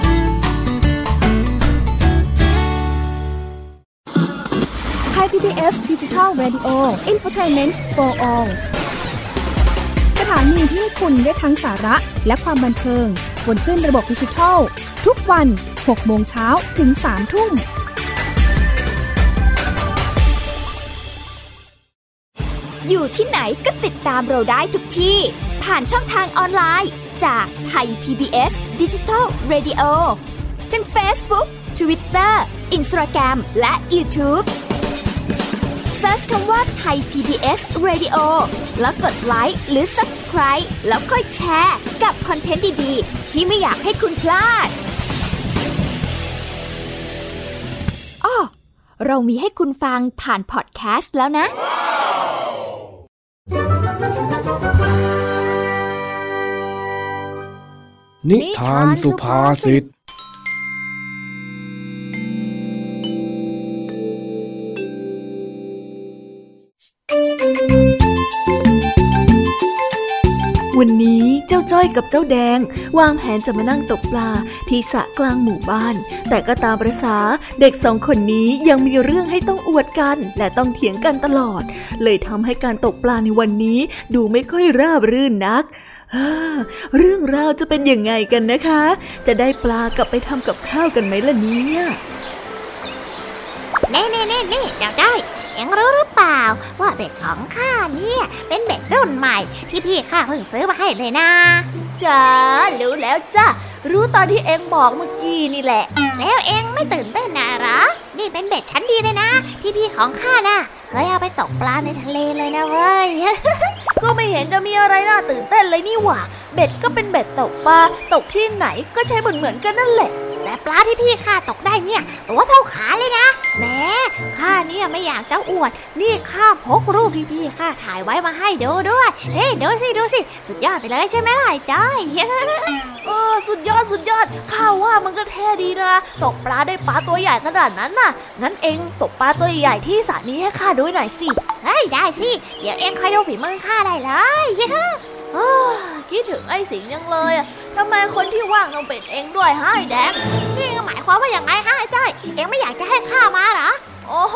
ไทย พี บี เอส Digital Radio Infotainment for All สถานีที่ให้คุณได้ทั้งสาระและความบันเทิงบนคลื่นระบบดิจิทัลทุกวันหกโมงเช้าถึงสามทุ่มอยู่ที่ไหนก็ติดตามเราได้ทุกที่ผ่านช่องทางออนไลน์จากไทย พี บี เอส Digital Radio ทั้ง Facebook Twitter Instagram และ YouTubeเซิร์ชคำว่าไทย พี บี เอส Radio แล้วกดไลค์หรือ Subscribe แล้วค่อยแชร์กับคอนเทนต์ดีๆที่ไม่อยากให้คุณพลาดอ้อเรามีให้คุณฟังผ่านพอดแคสต์แล้วนะ
นิทานสุภาษิต
วันนี้เจ้าจ้อยกับเจ้าแดงวางแผนจะมานั่งตกปลาที่สระกลางหมู่บ้านแต่ก็ตามประสาเด็กสองคนนี้ยังมีเรื่องให้ต้องอวดกันและต้องเถียงกันตลอดเลยทำให้การตกปลาในวันนี้ดูไม่ค่อยราบรื่นนักเรื่องราวจะเป็นยังไงกันนะคะจะได้ปลากลับไปทำกับข้าวกันไหมล่ะเนี่ย
เน่เน่เน่เน่เจ้าจ้อยเอ็งรู้หรือเปล่าว่าเบ็ดของข้าเนี่ยเป็นเบ็ดรุ่นใหม่ที่พี่ข้าเพิ่งซื้อมาให้เลยนะ
จ้ารู้แล้วจ้ะรู้ตอนที่เอ็งบอกเมื่อกี้นี่แหละ
แล้วเอ็งไม่ตื่นเต้นนะหรอนี่เป็นเบ็ดชั้นดีเลยนะที่พี่ของข้าน่ะเคยเอาไปตกปลาในทะเลเลยนะเว้ย
ก็ไม่เห็นจะมีอะไรน่าตื่นเต้นเลยนี่หว่าเบ็ดก็เป็นเบ็ดตกปลาตกที่ไหนก็ใช้เหมือนเหมือนกันนั่นแหละ
แต่ปลาที่พี่ข้าตกได้เนี่ยตัวเท่าขาเลยนะแหมข้าเนี่ยไม่อยากจะอวดนี่ข้าพกรูปที่พี่ข้าถ่ายไว้มาให้ดูด้วยเฮ้ดูสิดูสิสุดยอดไปเลยใช่ไหมล่ะจ้อย
เออสุดยอดสุดยอดข้าว่ามันก็เท่ดีนะตกปลาได้ปลาตัวใหญ่ขนาดนั้นน่ะงั้นเอ็งตกปลาตัวใหญ่ที่สระนี้ให้ข้าดูหน่อยสิ
เฮ้ยได้สิเดี๋ยวเอ็งคอยดูฝีมือข้าได้เลย
คิดถึงไอ้สิงห์ยังเลยอะทำไมคนที่ว่างต้องเป็นเองด้วยฮะไอ้แดง
นี่หมายความว่าอย่างไรฮะไอ้จ้อยเอ็งไม่อยากจะให้ข้ามาเหรอ
โอ้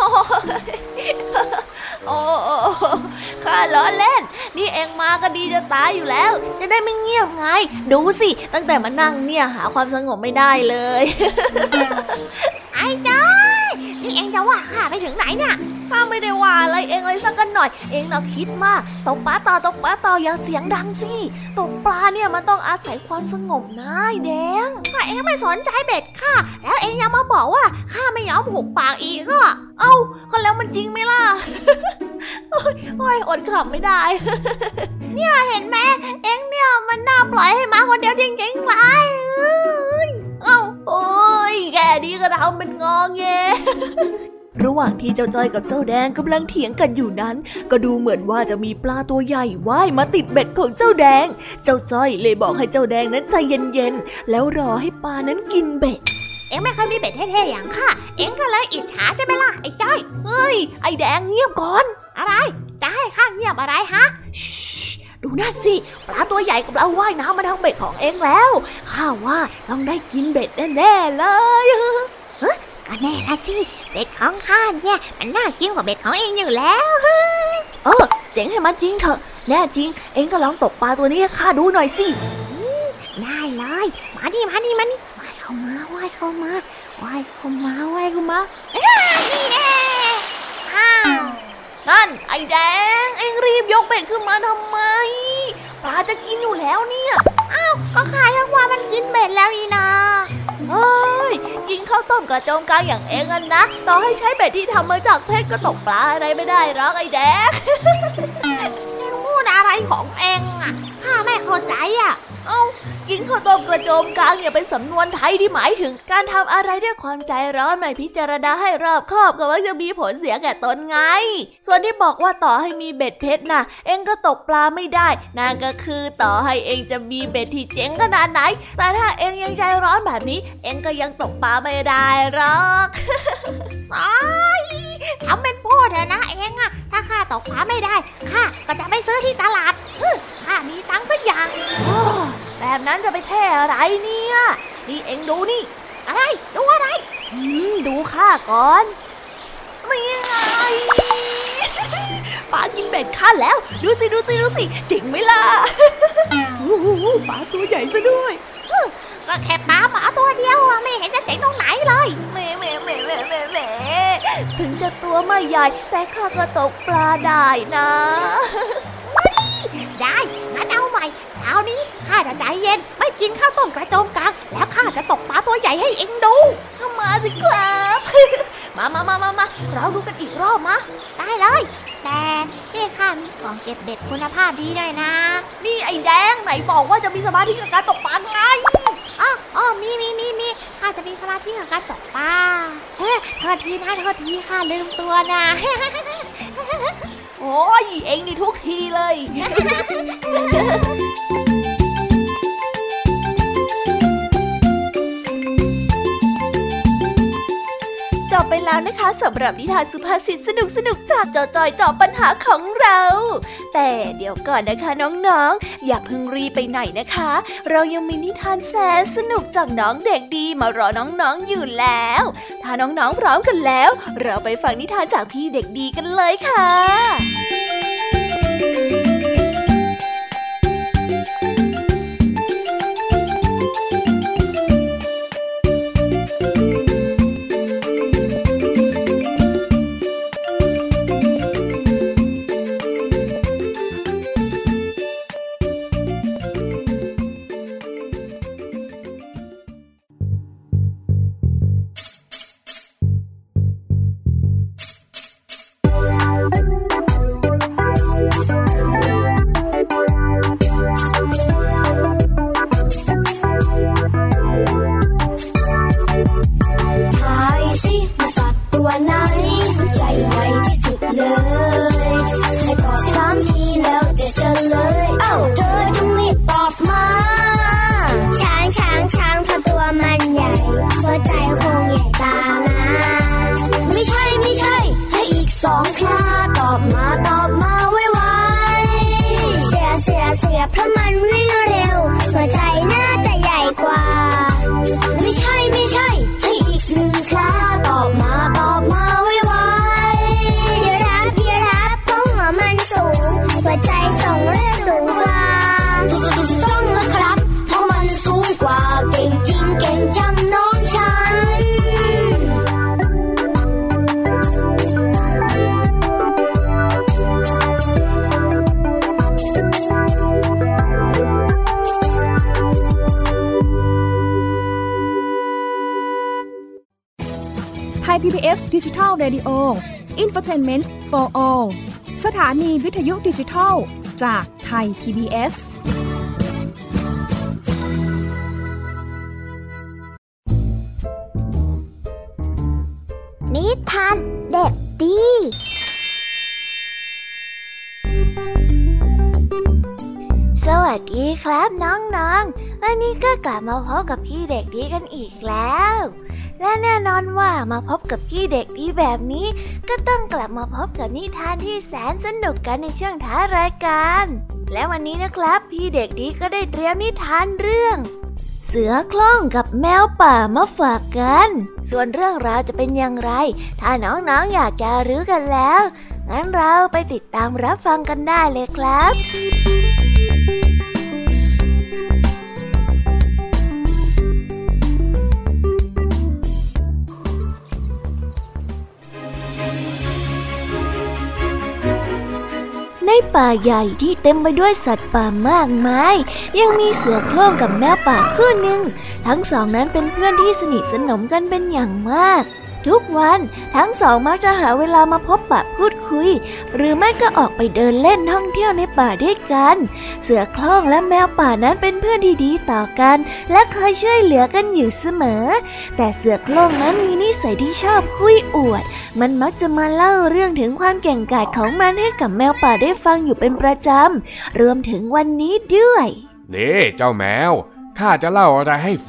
โอ้ข้าล้อเล่นนี่เองมาก็ดีจะตายอยู่แล้วจะได้ไม่เงียบไงดูสิตั้งแต่มานั่งเนี่ยหาความสงบไม่ได้เลย
ไอ้จ้อยนี่เองจะว่าข้าไปถึงไหนเนี่ย
ข้าไม่ได้ว่าอะไรเองเลยสักกันหน่อยเองน่ะคิดมากตกปลาต่อตกปลาต่ออย่าเสียงดังสิตกปลาเนี่ยมันต้องอาศัยความสงบนะไอ้แดง
ถ้าเองไม่สนใจเบ็ดข้าแล้วเองยังมาบอกว่าข้าไม่ยอมหุบปากอีกอ่ะ
เอ้าก็แล้วมันจริงไหมล่ะโอ้ยอดขำไม่ได้
เนี่ยเห็นไหมเอ็งเนี่ยมันน่าปล่อยให้มาคนเดียวจริงๆเลย
เอ้าโอ้ยแกดีก็ทำเป็นงอแงระหว่างที่เจ้าจ้อยกับเจ้าแดงกำลังเถียงกันอยู่นั้นก็ดูเหมือนว่าจะมีปลาตัวใหญ่ว่ายมาติดเบ็ดของเจ้าแดงเจ้าจ้อยเลยบอกให้เจ้าแดงนั้นใจเย็นๆแล้วรอให้ปลานั้นกินเบ็ด
เอ็งไม่เคยมีเบ็ดเท่ๆอย่างข้าเอ็งก็เลยอิจฉาใช่ไหมล่ะไอ้จ้อย
เฮ้ยไอ้แดงเงียบก่อน
อะไรจะให้ข้าเงียบอะไรฮะ
ดูน่าสิปลาตัวใหญ่กำลังว่ายน้ำมาทางเบ็ดของเอ็งแล้วข้าว่าต้องได้กินเบ็ดแน่ๆเลย
เฮ้ยก็แน่ละสิเบ็ดของข้าเนี่ยมันน่ากินกว่าเบ็ดของเอ็งอยู่แล้ว
เออเจ๋งให้มันจริงเถอะแน่จริงเอ็งก็ลองตกปลาตัวนี้ให้ข้าดูหน่อยสิ
ได้เลยมาดิมาดิมาดิว่ายเข้ามาว่ายเข้ามาว่ายเข้ามาว่ายเข้ามานี่แน่อ้าว
นั่นไอ้แดงเอ็งรีบยกเบ็ดขึ้นมาทำไมปลาจะกินอยู่แล้วเนี่ย
อ้าวก็ขายทั้งวันมันกินเบ็ดแล้วนี่นา
เฮ้ยกินข้าวต้มกระโจมกลางอย่างเอ็งอ่ะนะต่อให้ใช้เบ็ดที่ทำมาจากเพชรก็ตกปลาอะไรไม่ได้หรอกไอ้แดง
พูดอะไรของเอ็งอ่ะข้าไม่เข้าใจอ่ะ
เอ้ากินข้าวต้มกระโจมกลางเนี่ยเป็นสำนวนไทยที่หมายถึงการทำอะไรด้วยความใจร้อนไม่พิจารณาให้รอบคอบก็ว่าจะมีผลเสียแก่ตนไงส่วนที่บอกว่าต่อให้มีเบ็ดเพชรน่ะเอ็งก็ตกปลาไม่ได้นั่นก็คือต่อให้เอ็งจะมีเบ็ดที่เจ๋งขนาดไหนแต่ถ้าเอ็งยังใจร้อนแบบนี้เอ็งก็ยังตกปลาไม่ได้หรอก
ตกปลาไม่ได้ข้าก็จะไปซื้อที่ตลาดข้ามีตังค์สักอย่าง
แบบนั้นจะไปแท้อะไรเนี่ยนี่เอ็งดูนี่
อะไรดูอะไร
อืมดูข้าก่อนนี่ไงปลากินเบ็ดข้าแล้วดูสิดูสิดูสิจริงไหมล่ะปลาตัวใหญ่ซะด้วย
ก็แค่ปลาหมาตัวเดียวไม่เห็นจะเจ๋งตรงไหนเลย
แหมแหมแหมแหมแหมแหมถึงจะตัวไม่ใหญ่แต่ข้าก็ตกปลาได้นะ
ได้งั้นเอาใหม่คราวนี้ข้าจะใจเย็นไม่กินข้าวต้มกระโจมกลางแล้วข้าจะตกปลาตัวใหญ่ให้เอ็งดู
ก็มาสิครับมามามามามาเราดูกันอีกรอบมะ
ได้เลยแต่ที่ข้ามีของเก็บเบ็ดคุณภาพดีด้วยนะ
นี่ไอ้แดงไหนบอกว่าจะมีสมาธิกับการตกปลาไง
อ๋ออ๋อมีมีมีมีข้าจะมีสมาธิกับการตกปลาเฮ้โทษทีนะโทษทีข้าลืมตัวนะ
โอ้ยเอ็งนี่ทุกทีเลยจบไปแล้วนะคะสำหรับนิทานสุภาษิตสนุกสนุกจากจอจอยจอบปัญหาของเราแต่เดี๋ยวก่อนนะคะน้องๆอย่าเพิ่งรีบไปไหนนะคะเรายังมีนิทานแสนสนุกจากน้องเด็กดีมารอน้องๆอยู่แล้วถ้าน้องๆพร้อมกันแล้วเราไปฟังนิทานจากพี่เด็กดีกันเลยค่ะ
Thai พี บี เอส Digital Radio Infotainment for All สถานีวิทยุดิจิทัลจากไทย พี บี เอส
นิทานเด็กดี
สวัสดีครับน้องๆวันนี้ก็กลับมาพบกับพี่เด็กดีกันอีกแล้วและแน่นอนว่ามาพบกับพี่เด็กดีแบบนี้ก็ต้องกลับมาพบกับนิทานที่แสนสนุกกันในช่วงท้ายรายการและวันนี้นะครับพี่เด็กดีก็ได้เตรียมนิทานเรื่องเสือคล่องกับแมวป่ามาฝากกันส่วนเรื่องราวจะเป็นอย่างไรถ้าน้องๆ อ, อยากจะรู้กันแล้วงั้นเราไปติดตามรับฟังกันได้เลยครับในป่าใหญ่ที่เต็มไปด้วยสัตว์ป่ามากมายยังมีเสือโคร่งกับแมวป่าคู่หนึ่งทั้งสองนั้นเป็นเพื่อนที่สนิทสนมกันเป็นอย่างมากทุกวันทั้งสองมักจะหาเวลามาพบปะพูดคุยหรือไม่ก็ออกไปเดินเล่นท่องเที่ยวในป่าด้วยกันเสือโคร่งและแมวป่านั้นเป็นเพื่อนที่ดีต่อกันและคอยช่วยเหลือกันอยู่เสมอแต่เสือโคร่งนั้นมีนิสัยที่ชอบคุยอวดมันมักจะมาเล่าเรื่องถึงความเก่งกาจของมันให้กับแมวป่าได้ฟังอยู่เป็นประจำรวมถึงวันนี้ด้วย
นี่เจ้าแมวข้าจะเล่าอะไรให้ฟัง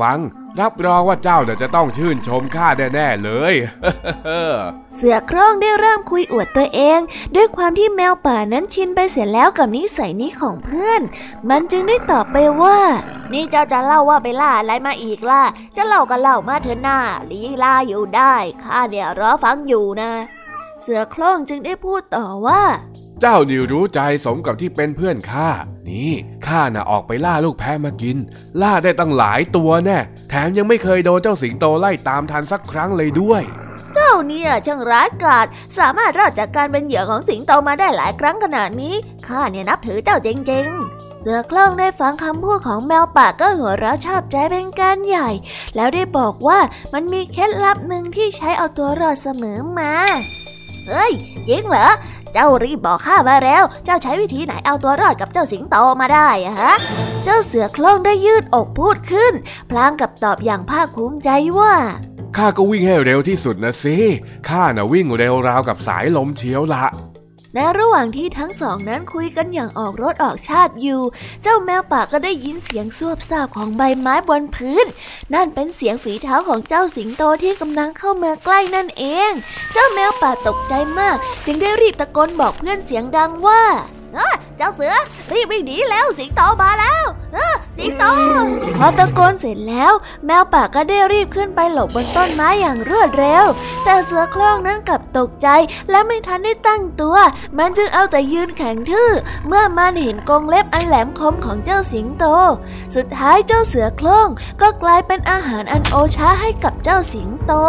รับรองว่าเจ้าจะต้องชื่นชมข้าแน่ๆเลย
เสือโคร่งได้เริ่มคุยอวดตัวเองด้วยความที่แมวป่านั้นชินไปเสียแล้วกับนิสัยนี้ของเพื่อนมันจึงได้ตอบไปว่านี่เจ้าจะเล่าว่าไปล่าอะไรมาอีกล่ะจะเล่าก็เล่ามาเถอะหน้าลีลาอยู่ได้ข้าเนี่ยรอฟังอยู่นะเสือโคร่งจึงได้พูดต่อว่า
เจ้าดิวรู้ใจสมกับที่เป็นเพื่อนข้านี่ข้าน่ะออกไปล่าลูกแพะมากินล่าได้ตั้งหลายตัวแน่แถมยังไม่เคยโดนเจ้าสิงโตไล่ตามทันสักครั้งเลยด้วย
เจ้าเนี่ยช่างร้ายกาจสามารถรอดจากการเป็นเหยื่อของสิงโตมาได้หลายครั้งขนาดนี้ข้าเนี่ยนับถือเจ้าจริงๆเสือโคร่งได้ฟังคำพูดของแมวป่าก็หัวเราะชอบใจเป็นการใหญ่แล้วได้บอกว่ามันมีเคล็ดลับหนึ่งที่ใช้เอาตัวรอดเสมอมาเฮ้ยจริงเหรอเจ้ารีบบอกข้ามาแล้วเจ้าใช้วิธีไหนเอาตัวรอดกับเจ้าสิงโตมาได้อะฮะเจ้าเสือโคร่งได้ยืดอกพูดขึ้นพลางกับตอบอย่างภาคภูมิใจว่า
ข้าก็วิ่งให้เร็วที่สุดนะสิข้าน่ะวิ่งเร็วราวกับสายลมเชียวละ
ในระหว่างที่ทั้งสองนั้นคุยกันอย่างออกรถออกชาติอยู่เจ้าแมวป่าก็ได้ยินเสียงซวบซาบของใบไม้บนพื้นนั่นเป็นเสียงฝีเท้าของเจ้าสิงโตที่กำลังเข้ามาใกล้นั่นเองเจ้าแมวป่าตกใจมากจึงได้รีบตะโกนบอกเพื่อนเสียงดังว่าเจ้าเสือรีบวิ่งหนีแล้วสิงโตมาแล้วสิงโตพอตะโกนเสร็จแล้วแมวป่าก็ได้รีบขึ้นไปหลบบนต้นไม้อย่างรวดเร็วแต่เสือโคร่งนั้นกลับตกใจและไม่ทันได้ตั้งตัวมันจึงเอาแต่ยืนแข็งทื่อเมื่อมันเห็นกรงเล็บอันแหลมคมของเจ้าสิงโตสุดท้ายเจ้าเสือโคร่งก็กลายเป็นอาหารอันโอชะให้กับเจ้าสิงโต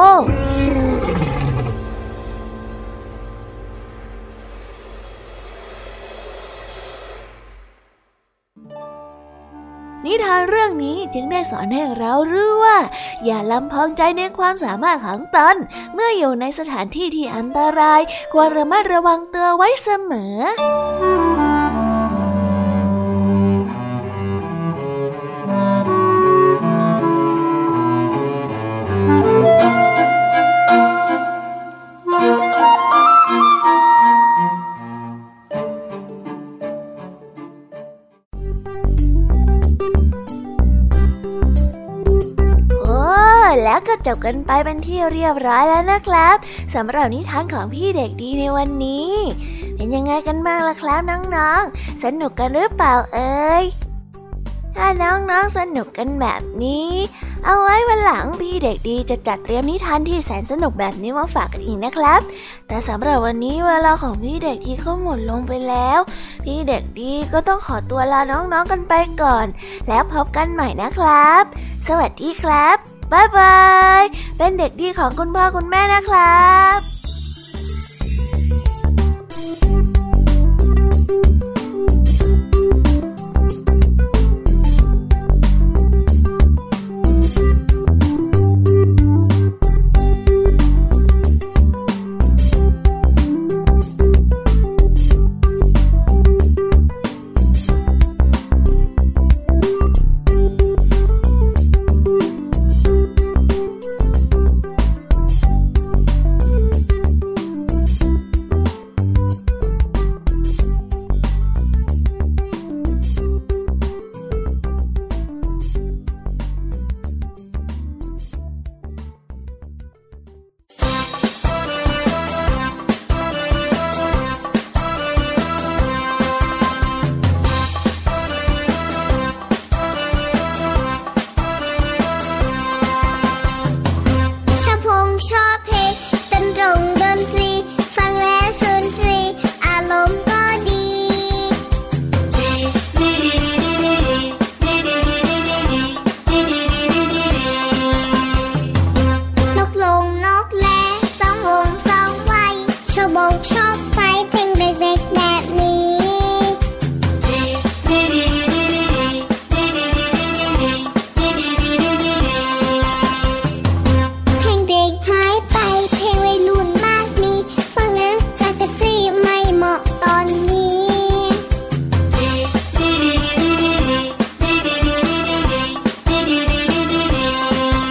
นิทานเรื่องนี้จึงได้สอนให้เรารู้ว่าอย่าลำพองใจในความสามารถของตนเมื่ออยู่ในสถานที่ที่อันตรายควรระมัดระวังตัวไว้เสมอแล้วก็จบกันไปเป็นที่เรียบร้อยแล้วนะครับสำหรับนิทานของพี่เด็กดีในวันนี้เป็นยังไงกันบ้างล่ะครับน้องๆสนุกกันหรือเปล่าเอ่ยถ้าน้องๆสนุกกันแบบนี้เอาไว้วันหลังพี่เด็กดีจะจัดเตรียมนิทานที่แสนสนุกแบบนี้มาฝากกันอีกนะครับแต่สำหรับวันนี้เวลาของพี่เด็กดีก็หมดลงไปแล้วพี่เด็กดีก็ต้องขอตัวลาน้องๆกันไปก่อนแล้วพบกันใหม่นะครับสวัสดีครับบ๊ายบายเป็นเด็กดีของคุณพ่อคุณแม่นะครับ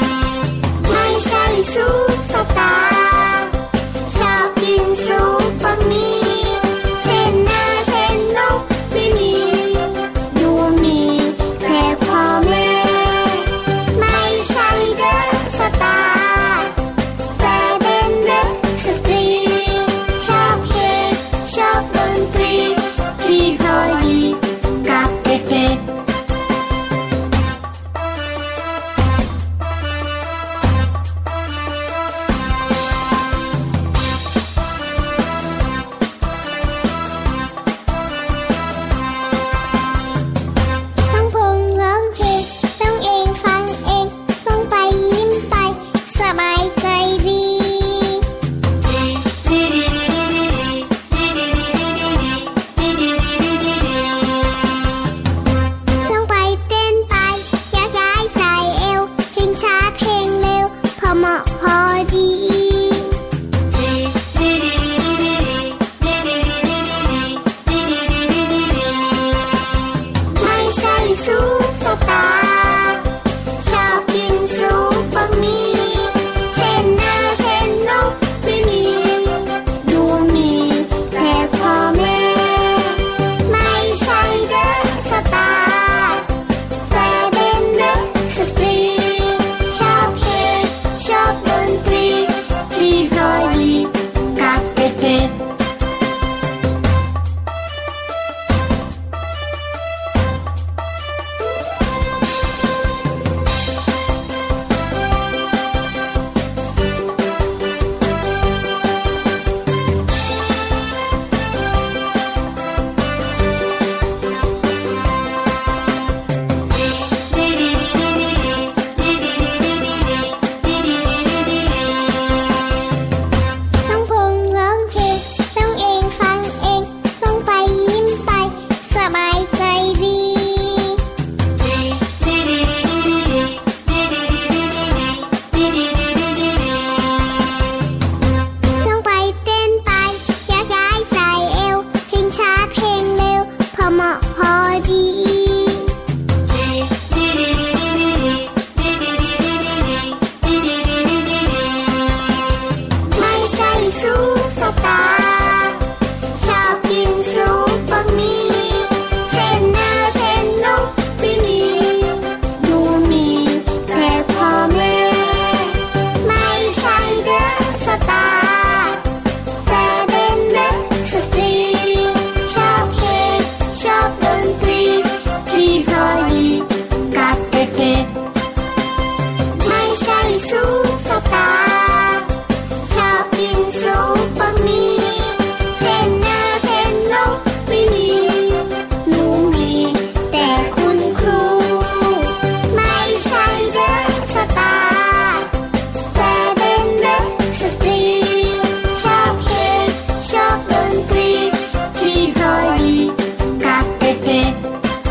ซูเปอร์สตาร์ชอบกินซุปเปอร์ซุปสตาร์ชอบกินซุปบะหมี่เส้นเนื้อเส้นนกไม่มีหนูมีแต่พ่อแม่ไม่ใช่เดอะสตาร์แต่เป็นนักสตรีชอบเพลงชอบดนตรีพี่พอดีกับเด็กๆไม่ใช่ซุปสตาร์ชอบกินซุปบะหมี่เส้นเนื้อเส้นนกไม่มีหนูมีแต่คุณครูไม่ใช่เดอะสตาร์แต่เป็นนักสตรีชอบเพลงชอบดนตรีพี่พอดีกับเด็กๆ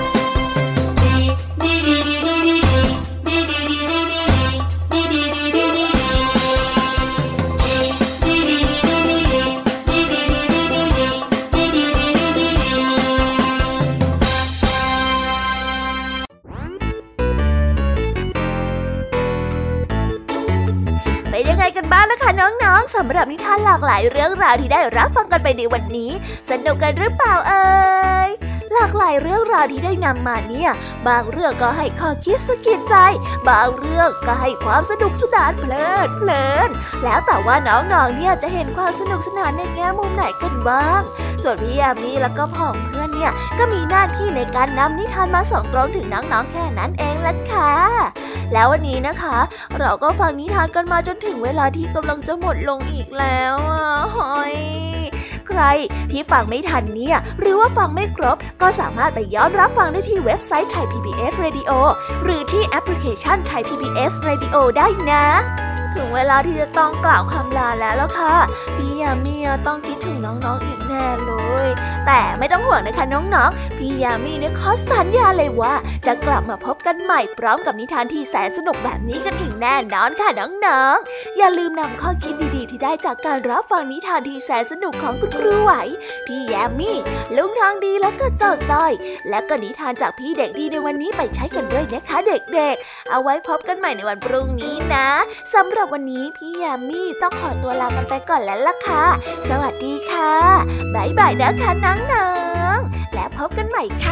เป็นยังไงกันบ้างล่ะคะน้องๆสำหรับนิทานหลากหลายเรื่องราวที่ได้รับฟังกันไปในวันนี้สนุกกันหรือเปล่าเอ่ยหลากหลายเรื่องราวที่ได้นำมาเนี่ยบางเรื่องก็ให้ข้อคิดสะกิดใจบางเรื่องก็ให้ความสนุกสนานเพลิดเพลินแล้วแต่ว่าน้องๆเนี่ยจะเห็นความสนุกสนานในแง่มุมไหนกันบ้างส่วนพี่ยามีแล้วก็พ่องเพื่อนเนี่ยก็มีหน้าที่ในการนำนิทานมาส่งตรงถึงน้องๆแค่นั้นเองล่ะค่ะแล้ววันนี้นะคะเราก็ฟังนิทานกันมาจนถึงเวลาที่กำลังจะหมดลงอีกแล้วอ่ะหอยใครที่ฟังไม่ทันเนี่ยหรือว่าฟังไม่ครบก็สามารถไปย้อนรับฟังได้ที่เว็บไซต์ Thai พี บี เอส Radio หรือที่แอปพลิเคชัน Thai พี บี เอส Radio ได้นะถึงเวลาที่จะต้องกล่าวคำลาแล้วล่ะค่ะพี่ยามีต้องคิดถึงน้องๆอีกแน่เลยแต่ไม่ต้องห่วงนะคะน้องๆพี่ยามีเนี่ยขอสัญญาเลยว่าจะกลับมาพบกันใหม่พร้อมกับนิทานที่แสนสนุกแบบนี้กันอีกแน่นอนค่ะน้องๆอย่าลืมนำข้อคิดดีๆที่ได้จากการรับฟังนิทานที่แสนสนุกของคุณครูไหวพี่ยามีลุงทองดีและก็เจ้าจ้อยและก็นิทานจากพี่เด็กดีในวันนี้ไปใช้กันด้วยนะคะเด็กๆเอาไว้พบกันใหม่ในวันพรุ่งนี้นะสำหรับวันนี้พี่ยามีต้องขอตัวลากันไปก่อนแล้วล่ะค่ะสวัสดีค่ะบ๊ายบายนะคะน้องๆและพบกันใหม่ค่ะ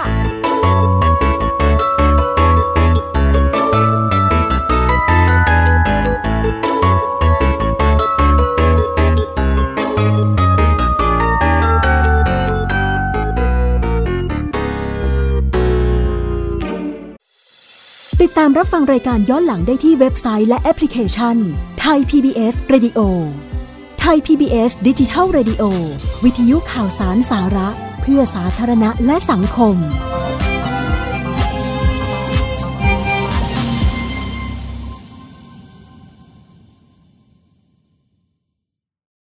ติดตามรับฟังรายการย้อนหลังได้ที่เว็บไซต์และแอปพลิเคชัน Thai พี บี เอส Radio Thai พี บี เอส Digital Radio วิทยุข่าวสารสาระเพื่อสาธารณะและสังคม